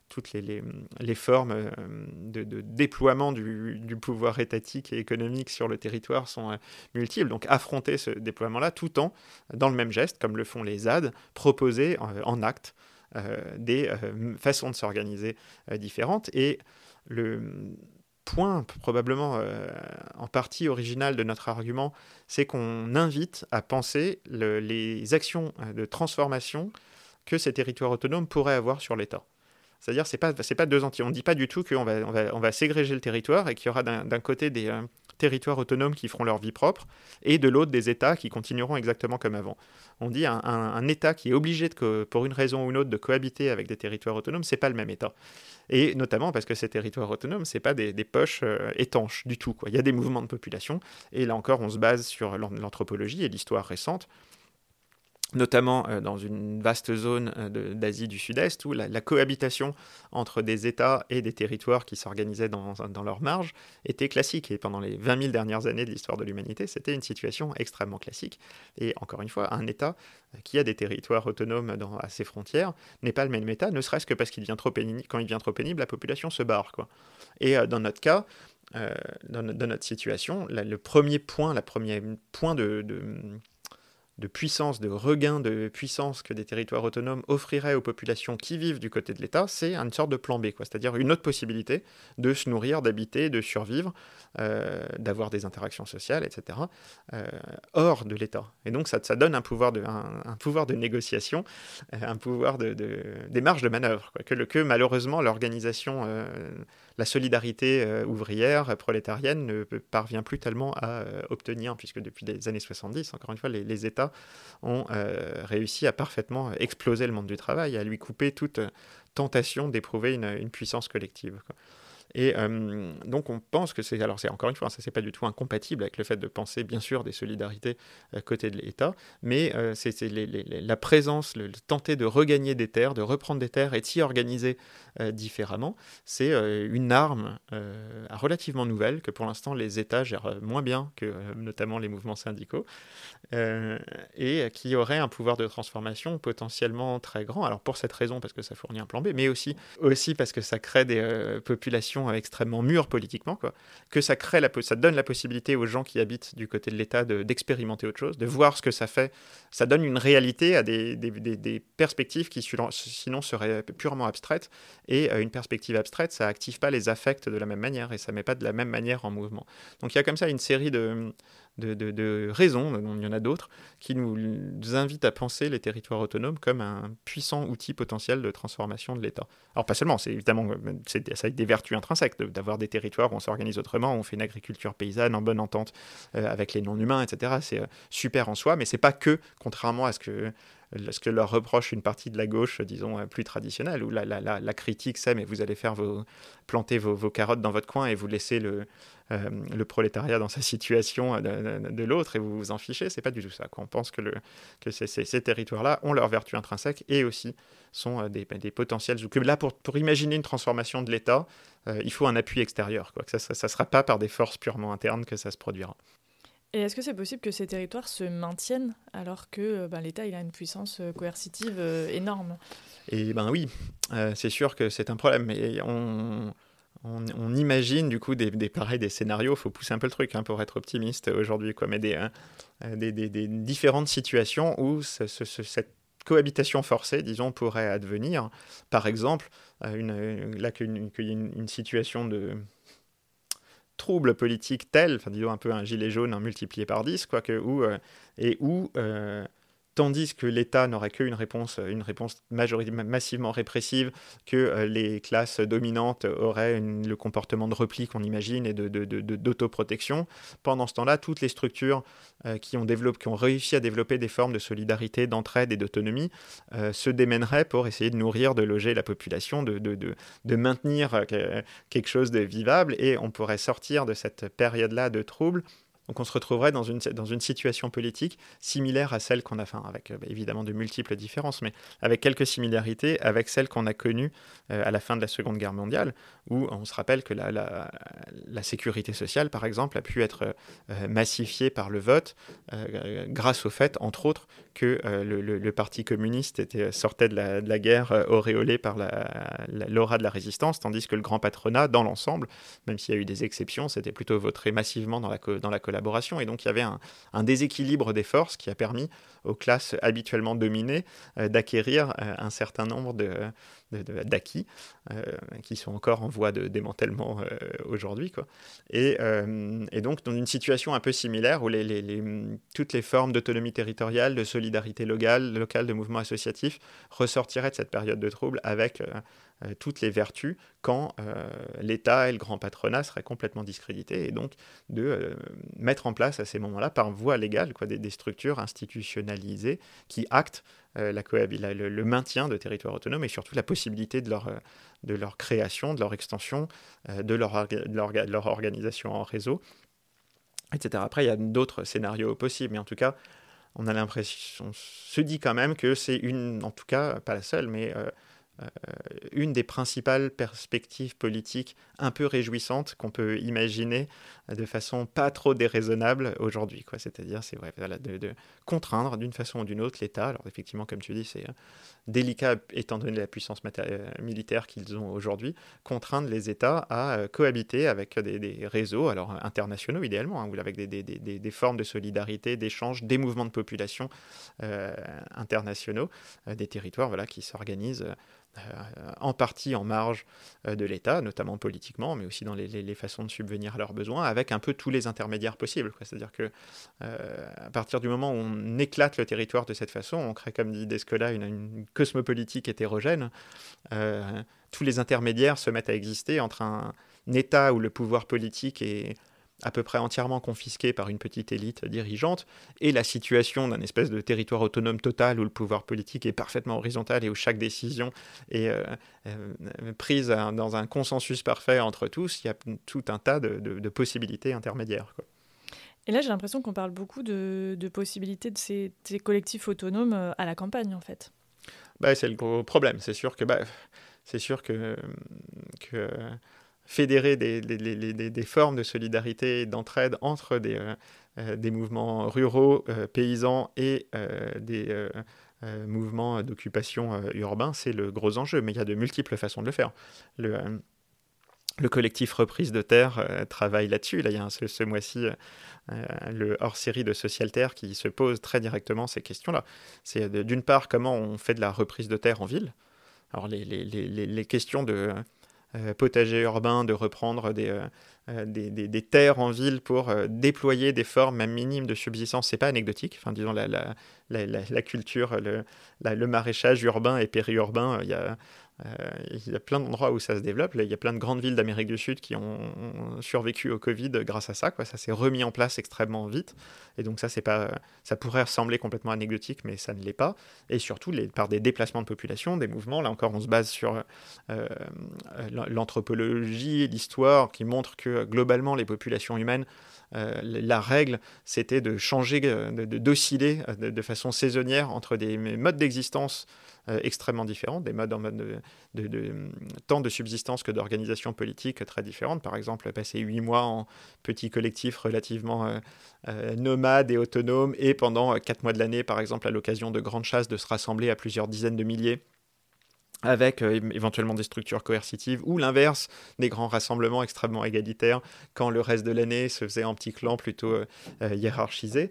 toutes les formes de déploiement du pouvoir étatique et économique sur le territoire sont multiples. Donc affronter ce déploiement-là tout en, dans le même geste, comme le font les ZAD, proposer en acte des façons de s'organiser différentes. Et le point probablement en partie original de notre argument, c'est qu'on invite à penser les actions de transformation que ces territoires autonomes pourraient avoir sur l'État. C'est-à-dire, c'est pas deux entités. On ne dit pas du tout qu'on va ségréger le territoire et qu'il y aura d'un côté des territoires autonomes qui feront leur vie propre et de l'autre des États qui continueront exactement comme avant. On dit un État qui est obligé, pour une raison ou une autre, de cohabiter avec des territoires autonomes, c'est pas le même État. Et notamment parce que ces territoires autonomes, c'est pas des poches étanches du tout, quoi. Il y a des mouvements de population et là encore, on se base sur l'anthropologie et l'histoire récente, notamment dans une vaste zone d'Asie du Sud-Est, où la cohabitation entre des États et des territoires qui s'organisaient dans leur marge était classique. Et pendant les 20 000 dernières années de l'histoire de l'humanité, c'était une situation extrêmement classique. Et encore une fois, un État qui a des territoires autonomes à ses frontières n'est pas le même État, ne serait-ce que parce qu'il devient trop pénible. Quand il devient trop pénible, la population se barre, quoi. Et dans notre cas, dans notre situation, le premier point de puissance, de regain de puissance que des territoires autonomes offriraient aux populations qui vivent du côté de l'État, c'est une sorte de plan B, quoi. C'est-à-dire une autre possibilité de se nourrir, d'habiter, de survivre, d'avoir des interactions sociales, etc., hors de l'État. Et donc ça donne un pouvoir de négociation, un pouvoir des marges de manœuvre, quoi, que malheureusement l'organisation, la solidarité ouvrière, prolétarienne, ne parvient plus tellement à obtenir, puisque depuis les années 70, encore une fois, les États ont réussi à parfaitement exploser le monde du travail, à lui couper toute tentation d'éprouver une puissance collective, quoi. Et donc on pense que c'est encore une fois, ça c'est pas du tout incompatible avec le fait de penser bien sûr des solidarités côté de l'État, mais c'est la présence, le tenter de regagner des terres, de reprendre des terres et de s'y organiser différemment, c'est une arme relativement nouvelle que pour l'instant les États gèrent moins bien que notamment les mouvements syndicaux, et qui aurait un pouvoir de transformation potentiellement très grand. Alors pour cette raison, parce que ça fournit un plan B, mais aussi parce que ça crée des populations extrêmement mûres politiquement, quoi, que ça donne la possibilité aux gens qui habitent du côté de l'État d'expérimenter autre chose, de voir ce que ça fait. Ça donne une réalité à des perspectives qui sinon seraient purement abstraites, et une perspective abstraite, ça active pas les affects de la même manière, et ça met pas de la même manière en mouvement. Donc il y a comme ça une série de raisons, il y en a d'autres, qui nous invitent à penser les territoires autonomes comme un puissant outil potentiel de transformation de l'État. Alors pas seulement, ça a des vertus intrinsèques d'avoir des territoires où on s'organise autrement, où on fait une agriculture paysanne en bonne entente avec les non-humains, etc. C'est super en soi, mais c'est pas que, contrairement à ce que leur reproche une partie de la gauche, disons, plus traditionnelle, où la critique, c'est « mais vous allez planter vos carottes dans votre coin et vous laissez le prolétariat dans sa situation de l'autre et vous vous en fichez », c'est pas du tout ça, quoi. On pense que ces territoires-là ont leurs vertus intrinsèques et aussi sont des potentiels. Que là, pour imaginer une transformation de l'État, il faut un appui extérieur, quoi. Que ça sera pas par des forces purement internes que ça se produira. Et est-ce que c'est possible que ces territoires se maintiennent alors que l'État il a une puissance coercitive énorme ? Et oui, c'est sûr que c'est un problème, mais on imagine du coup des scénarios, il faut pousser un peu le truc pour être optimiste aujourd'hui, quoi, mais des différentes situations où cette cohabitation forcée, disons, pourrait advenir. Par exemple, qu'il y ait une situation de trouble politique tel, disons un peu un gilet jaune multiplié par 10, quoi, où tandis que l'État n'aurait qu'une réponse massivement répressive, que les classes dominantes auraient le comportement de repli qu'on imagine et d'autoprotection. Pendant ce temps-là, toutes les structures qui ont réussi à développer des formes de solidarité, d'entraide et d'autonomie se démèneraient pour essayer de nourrir, de loger la population, de maintenir quelque chose de vivable, et on pourrait sortir de cette période-là de trouble Donc on se retrouverait dans une situation politique similaire à celle qu'on a, enfin, avec évidemment de multiples différences, mais avec quelques similarités avec celle qu'on a connue à la fin de la Seconde Guerre mondiale, où on se rappelle que la sécurité sociale, par exemple, a pu être massifiée par le vote grâce au fait, entre autres, que le Parti communiste sortait de la guerre auréolé par l'aura de la résistance, tandis que le grand patronat, dans l'ensemble, même s'il y a eu des exceptions, c'était plutôt voté massivement dans la collaboration. Et donc il y avait un déséquilibre des forces qui a permis aux classes habituellement dominées d'acquérir un certain nombre d'acquis qui sont encore en voie de démantèlement aujourd'hui, quoi. Et donc dans une situation un peu similaire où toutes les formes d'autonomie territoriale, de solidarité locale, de mouvement associatif ressortiraient de cette période de trouble avec toutes les vertus quand l'État et le grand patronat seraient complètement discrédités, et donc de mettre en place à ces moments-là, par voie légale, des structures institutionnalisées qui actent le maintien de territoires autonomes et surtout la possibilité de leur création, de leur extension, de leur organisation en réseau, etc. Après, il y a d'autres scénarios possibles, mais en tout cas, on a l'impression, on se dit quand même que c'est en tout cas, pas la seule, mais une des principales perspectives politiques un peu réjouissantes qu'on peut imaginer de façon pas trop déraisonnable aujourd'hui, quoi. C'est-à-dire, c'est vrai, voilà, de contraindre d'une façon ou d'une autre l'État. Alors effectivement, comme tu dis, c'est délicat étant donné la puissance militaire qu'ils ont aujourd'hui, contraindre les États à cohabiter avec des réseaux, alors internationaux idéalement, ou avec des formes de solidarité, d'échange, des mouvements de population internationaux, des territoires, voilà, qui s'organisent en partie en marge de l'État, notamment politiquement, mais aussi dans les façons de subvenir à leurs besoins, avec un peu tous les intermédiaires possibles, quoi. C'est-à-dire que à partir du moment où on éclate le territoire de cette façon, on crée, comme dit Descola, une cosmopolitique hétérogène. Tous les intermédiaires se mettent à exister entre un État où le pouvoir politique est à peu près entièrement confisqué par une petite élite dirigeante, et la situation d'un espèce de territoire autonome total où le pouvoir politique est parfaitement horizontal et où chaque décision est prise dans un consensus parfait entre tous. Il y a tout un tas de possibilités intermédiaires, quoi. Et là, j'ai l'impression qu'on parle beaucoup de possibilités de ces collectifs autonomes à la campagne, en fait. C'est le gros problème. C'est sûr que fédérer des formes de solidarité et d'entraide entre des mouvements ruraux, paysans et des mouvements d'occupation urbains, c'est le gros enjeu. Mais il y a de multiples façons de le faire. Le collectif Reprise de Terre travaille là-dessus. Là, il y a ce mois-ci le hors-série de Social Terre qui se pose très directement ces questions-là. C'est d'une part comment on fait de la reprise de terre en ville. Alors les questions de potager urbain, de reprendre des terres en ville pour déployer des formes même minimes de subsistance, c'est pas anecdotique. Enfin, disons la culture, le maraîchage urbain et périurbain, il y a plein d'endroits où ça se développe. Là, il y a plein de grandes villes d'Amérique du Sud qui ont survécu au Covid grâce à ça, quoi. Ça s'est remis en place extrêmement vite. Et donc ça pourrait ressembler complètement anecdotique, mais ça ne l'est pas. Et surtout, par des déplacements de population, des mouvements. Là encore, on se base sur l'anthropologie et l'histoire qui montrent que globalement, les populations humaines, la règle, c'était de changer, d'osciller de façon saisonnière entre des modes d'existence extrêmement différents, des modes en mode tant de subsistance que d'organisation politique très différentes. Par exemple, passer 8 mois en petit collectif relativement nomade et autonome, et pendant 4 mois de l'année, par exemple, à l'occasion de grandes chasses, de se rassembler à plusieurs dizaines de milliers, avec éventuellement des structures coercitives, ou l'inverse, des grands rassemblements extrêmement égalitaires, quand le reste de l'année se faisait en petits clans plutôt hiérarchisés.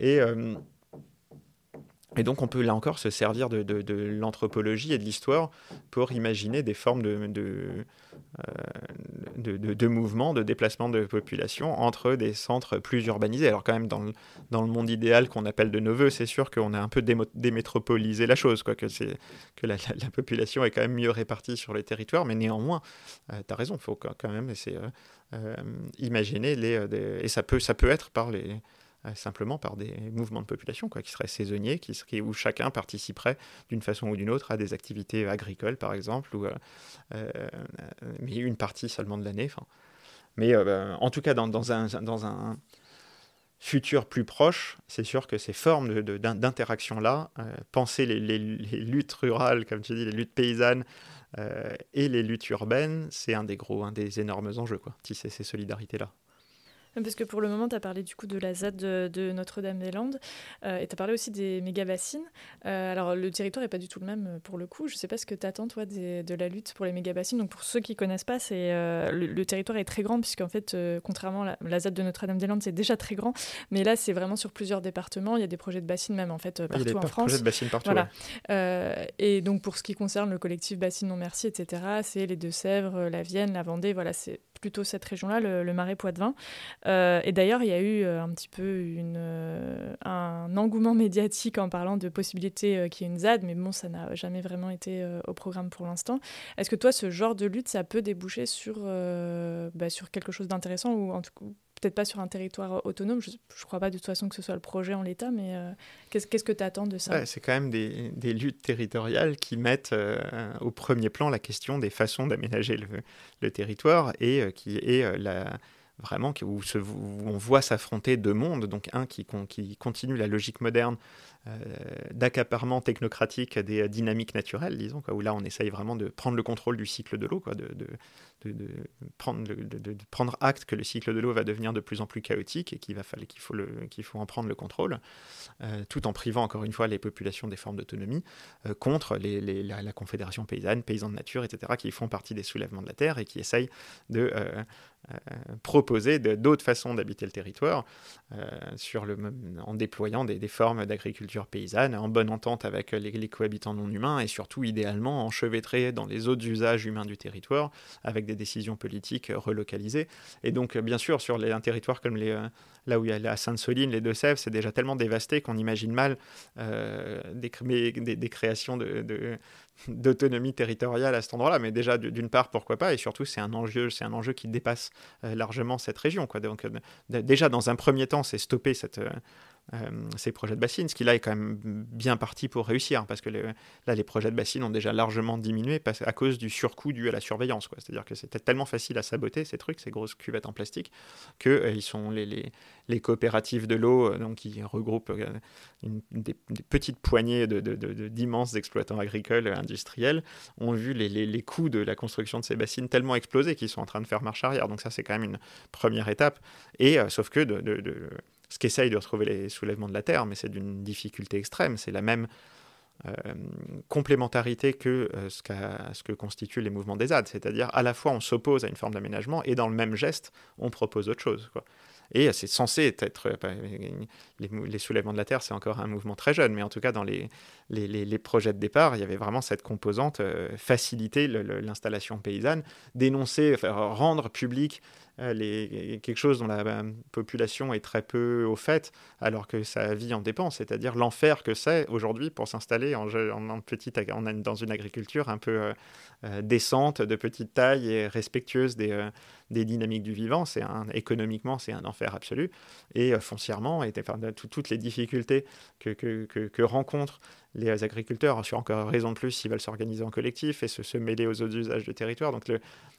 Et donc on peut là encore se servir de l'anthropologie et de l'histoire pour imaginer des formes de mouvements, de déplacement de population entre des centres plus urbanisés. Alors quand même dans le monde idéal qu'on appelle de nos voeux, c'est sûr qu'on a un peu démétropolisé la chose, quoi, que la population est quand même mieux répartie sur les territoires, mais néanmoins, tu as raison, il faut quand même essayer imaginer et ça peut être simplement par des mouvements de population, quoi, qui seraient saisonniers, où chacun participerait d'une façon ou d'une autre à des activités agricoles, par exemple, mais une partie seulement de l'année. Mais en tout cas, dans un futur plus proche, c'est sûr que ces formes d'interaction-là, penser les luttes rurales, comme tu dis, les luttes paysannes et les luttes urbaines, c'est un des énormes enjeux, quoi, tisser ces solidarités-là. Parce que pour le moment, tu as parlé du coup de la ZAD de Notre-Dame-des-Landes et tu as parlé aussi des méga-bassines. Alors, le territoire n'est pas du tout le même pour le coup. Je ne sais pas ce que tu attends, toi, de la lutte pour les méga-bassines. Donc, pour ceux qui ne connaissent pas, le territoire est très grand, puisqu'en fait, contrairement à la ZAD de Notre-Dame-des-Landes, c'est déjà très grand. Mais là, c'est vraiment sur plusieurs départements. Il y a des projets de bassines même, en fait, partout en France. Il y a des projets de bassines partout, voilà. Ouais. Et donc, pour ce qui concerne le collectif Bassines Non Merci, etc., c'est les Deux-Sèvres, la Vienne, la Vendée. Voilà, c'est plutôt cette région-là, le Marais Poitevin. Et d'ailleurs, il y a eu un petit peu un engouement médiatique en parlant de possibilité qu'il y ait une ZAD, mais bon, ça n'a jamais vraiment été au programme pour l'instant. Est-ce que toi, ce genre de lutte, ça peut déboucher sur quelque chose d'intéressant, ou en tout cas, peut-être pas sur un territoire autonome? Je ne crois pas de toute façon que ce soit le projet en l'état, mais qu'est-ce que tu attends de ça? C'est quand même des luttes territoriales qui mettent au premier plan la question des façons d'aménager le territoire et qui est vraiment où on voit s'affronter deux mondes, donc un qui continue la logique moderne d'accaparement technocratique des dynamiques naturelles, disons, quoi, où là on essaye vraiment de prendre le contrôle du cycle de l'eau, quoi, de prendre acte que le cycle de l'eau va devenir de plus en plus chaotique et qu'il faut en prendre le contrôle, tout en privant encore une fois les populations des formes d'autonomie, contre la Confédération paysanne, Paysans de Nature, etc., qui font partie des soulèvements de la terre et qui essayent de proposer d'autres façons d'habiter le territoire en déployant des formes d'agriculture paysanne en bonne entente avec les cohabitants non humains et surtout idéalement enchevêtrés dans les autres usages humains du territoire avec des décisions politiques relocalisées. Et donc bien sûr sur un territoire comme là où il y a la Sainte-Soline, les Deux-Sèvres, c'est déjà tellement dévasté qu'on imagine mal des créations d'autonomie territoriale à cet endroit-là, mais déjà d'une part pourquoi pas, et surtout c'est un enjeu qui dépasse largement cette région, quoi. Donc déjà dans un premier temps c'est stopper ces projets de bassines, ce qui là est quand même bien parti pour réussir, parce que là les projets de bassines ont déjà largement diminué à cause du surcoût dû à la surveillance, quoi. C'est-à-dire que c'était tellement facile à saboter ces trucs, ces grosses cuvettes en plastique, que ils sont les coopératives de l'eau, donc qui regroupent des petites poignées d'immenses exploitants agricoles industriels, ont vu les coûts de la construction de ces bassines tellement exploser qu'ils sont en train de faire marche arrière. Donc ça c'est quand même une première étape, et sauf que ce qu'essayent de retrouver les soulèvements de la terre, mais c'est d'une difficulté extrême, c'est la même complémentarité que ce que constituent les mouvements des ZAD, c'est-à-dire à la fois on s'oppose à une forme d'aménagement et dans le même geste on propose autre chose, quoi. Et c'est censé être les soulèvements de la terre, c'est encore un mouvement très jeune, mais en tout cas dans les projets de départ, il y avait vraiment cette composante faciliter l'installation paysanne, dénoncer, rendre public quelque chose dont la population est très peu au fait, alors que sa vie en dépend, c'est-à-dire l'enfer que c'est aujourd'hui pour s'installer dans une agriculture un peu décente, de petite taille et respectueuse des dynamiques du vivant. Économiquement, c'est un enfer absolu, et foncièrement, toutes les difficultés que rencontrent les agriculteurs, sur encore raison de plus s'ils veulent s'organiser en collectif et se mêler aux autres usages du territoire. Donc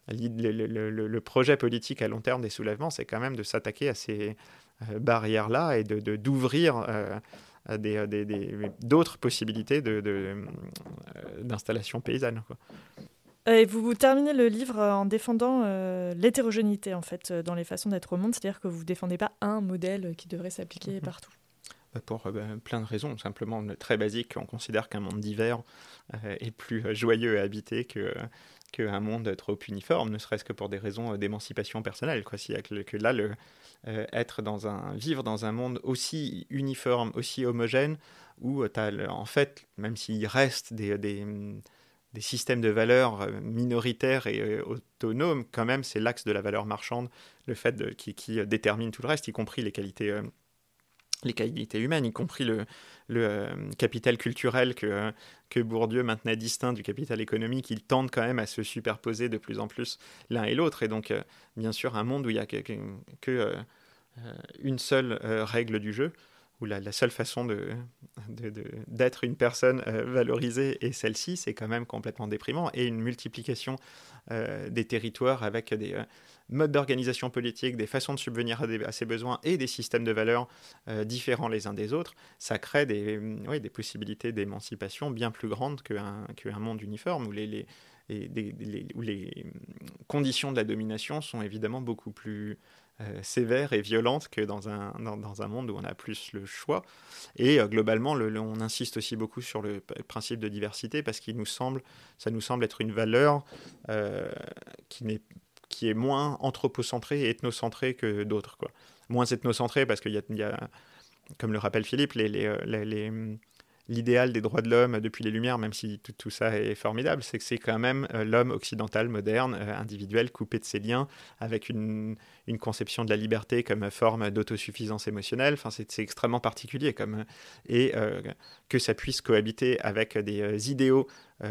le projet politique à long terme des soulèvements, c'est quand même de s'attaquer à ces barrières-là et d'ouvrir d'autres possibilités d'installation paysanne, quoi. Et vous terminez le livre en défendant l'hétérogénéité en fait, dans les façons d'être au monde, c'est-à-dire que vous ne défendez pas un modèle qui devrait s'appliquer partout. Pour plein de raisons, simplement très basique, on considère qu'un monde divers est plus joyeux à habiter qu'un monde trop uniforme, ne serait-ce que pour des raisons d'émancipation personnelle, quoi. Que là, vivre dans un monde aussi uniforme, aussi homogène, où en fait, même s'il reste des systèmes de valeurs minoritaires et autonomes, quand même, c'est l'axe de la valeur marchande, le fait qui détermine tout le reste, y compris les qualités humaines, y compris le capital culturel que Bourdieu maintenait distinct du capital économique. Ils tendent quand même à se superposer de plus en plus l'un et l'autre. Et donc, bien sûr, un monde où il n'y a une seule règle du jeu, où la seule façon d'être une personne valorisée est celle-ci, c'est quand même complètement déprimant. Et une multiplication des territoires avec modes d'organisation politique, des façons de subvenir à ces besoins et des systèmes de valeurs différents les uns des autres, ça crée des possibilités d'émancipation bien plus grandes qu'un monde uniforme où les conditions de la domination sont évidemment beaucoup plus sévères et violentes que dans un monde où on a plus le choix. Et globalement, on insiste aussi beaucoup sur le principe de diversité parce ça nous semble être une valeur qui est moins anthropocentrée et ethnocentrée que d'autres, quoi. Moins ethnocentrée parce qu'il y a, comme le rappelle Philippe, l'idéal des droits de l'homme depuis les Lumières, même si tout ça est formidable, c'est que c'est quand même l'homme occidental, moderne, individuel, coupé de ses liens, avec une conception de la liberté comme forme d'autosuffisance émotionnelle. Enfin, c'est extrêmement particulier. Que ça puisse cohabiter avec des idéaux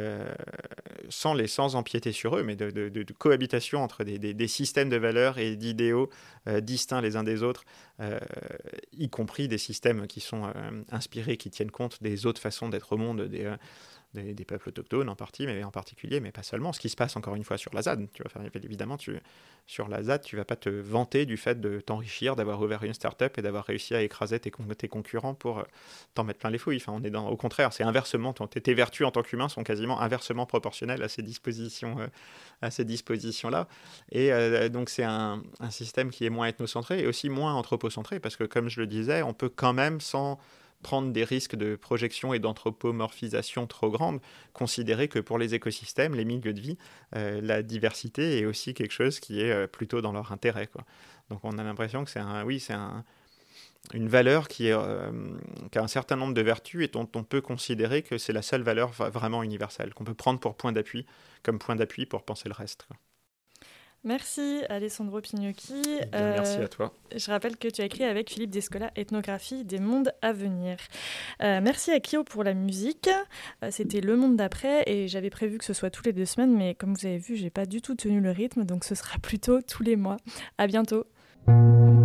sans empiéter sur eux, mais de cohabitation entre des systèmes de valeurs et d'idéaux distincts les uns des autres, y compris des systèmes qui sont inspirés, qui tiennent compte des autres façons d'être au monde, des peuples autochtones en particulier, mais pas seulement. Ce qui se passe encore une fois sur la ZAD. Tu vois, évidemment, sur la ZAD, tu vas pas te vanter du fait de t'enrichir, d'avoir ouvert une start-up et d'avoir réussi à écraser tes concurrents pour t'en mettre plein les fouilles. Enfin, au contraire, c'est inversement. Tes vertus en tant qu'humain sont quasiment inversement proportionnelles à ces dispositions-là. Et donc, c'est un système qui est moins ethnocentré et aussi moins anthropocentré parce que, comme je le disais, on peut quand même, sans prendre des risques de projection et d'anthropomorphisation trop grandes, considérer que pour les écosystèmes, les milieux de vie, la diversité est aussi quelque chose qui est plutôt dans leur intérêt, quoi. Donc on a l'impression que c'est une valeur qui a un certain nombre de vertus et dont on peut considérer que c'est la seule valeur vraiment universelle, qu'on peut prendre comme point d'appui pour penser le reste, quoi. Merci Alessandro Pignocchi. Merci à toi. Je rappelle que tu as écrit avec Philippe Descola Ethnographie des mondes à venir. Merci à Kyo pour la musique. C'était Le Monde d'après et j'avais prévu que ce soit tous les 2 semaines, mais comme vous avez vu, j'ai pas du tout tenu le rythme, donc ce sera plutôt tous les mois. À bientôt.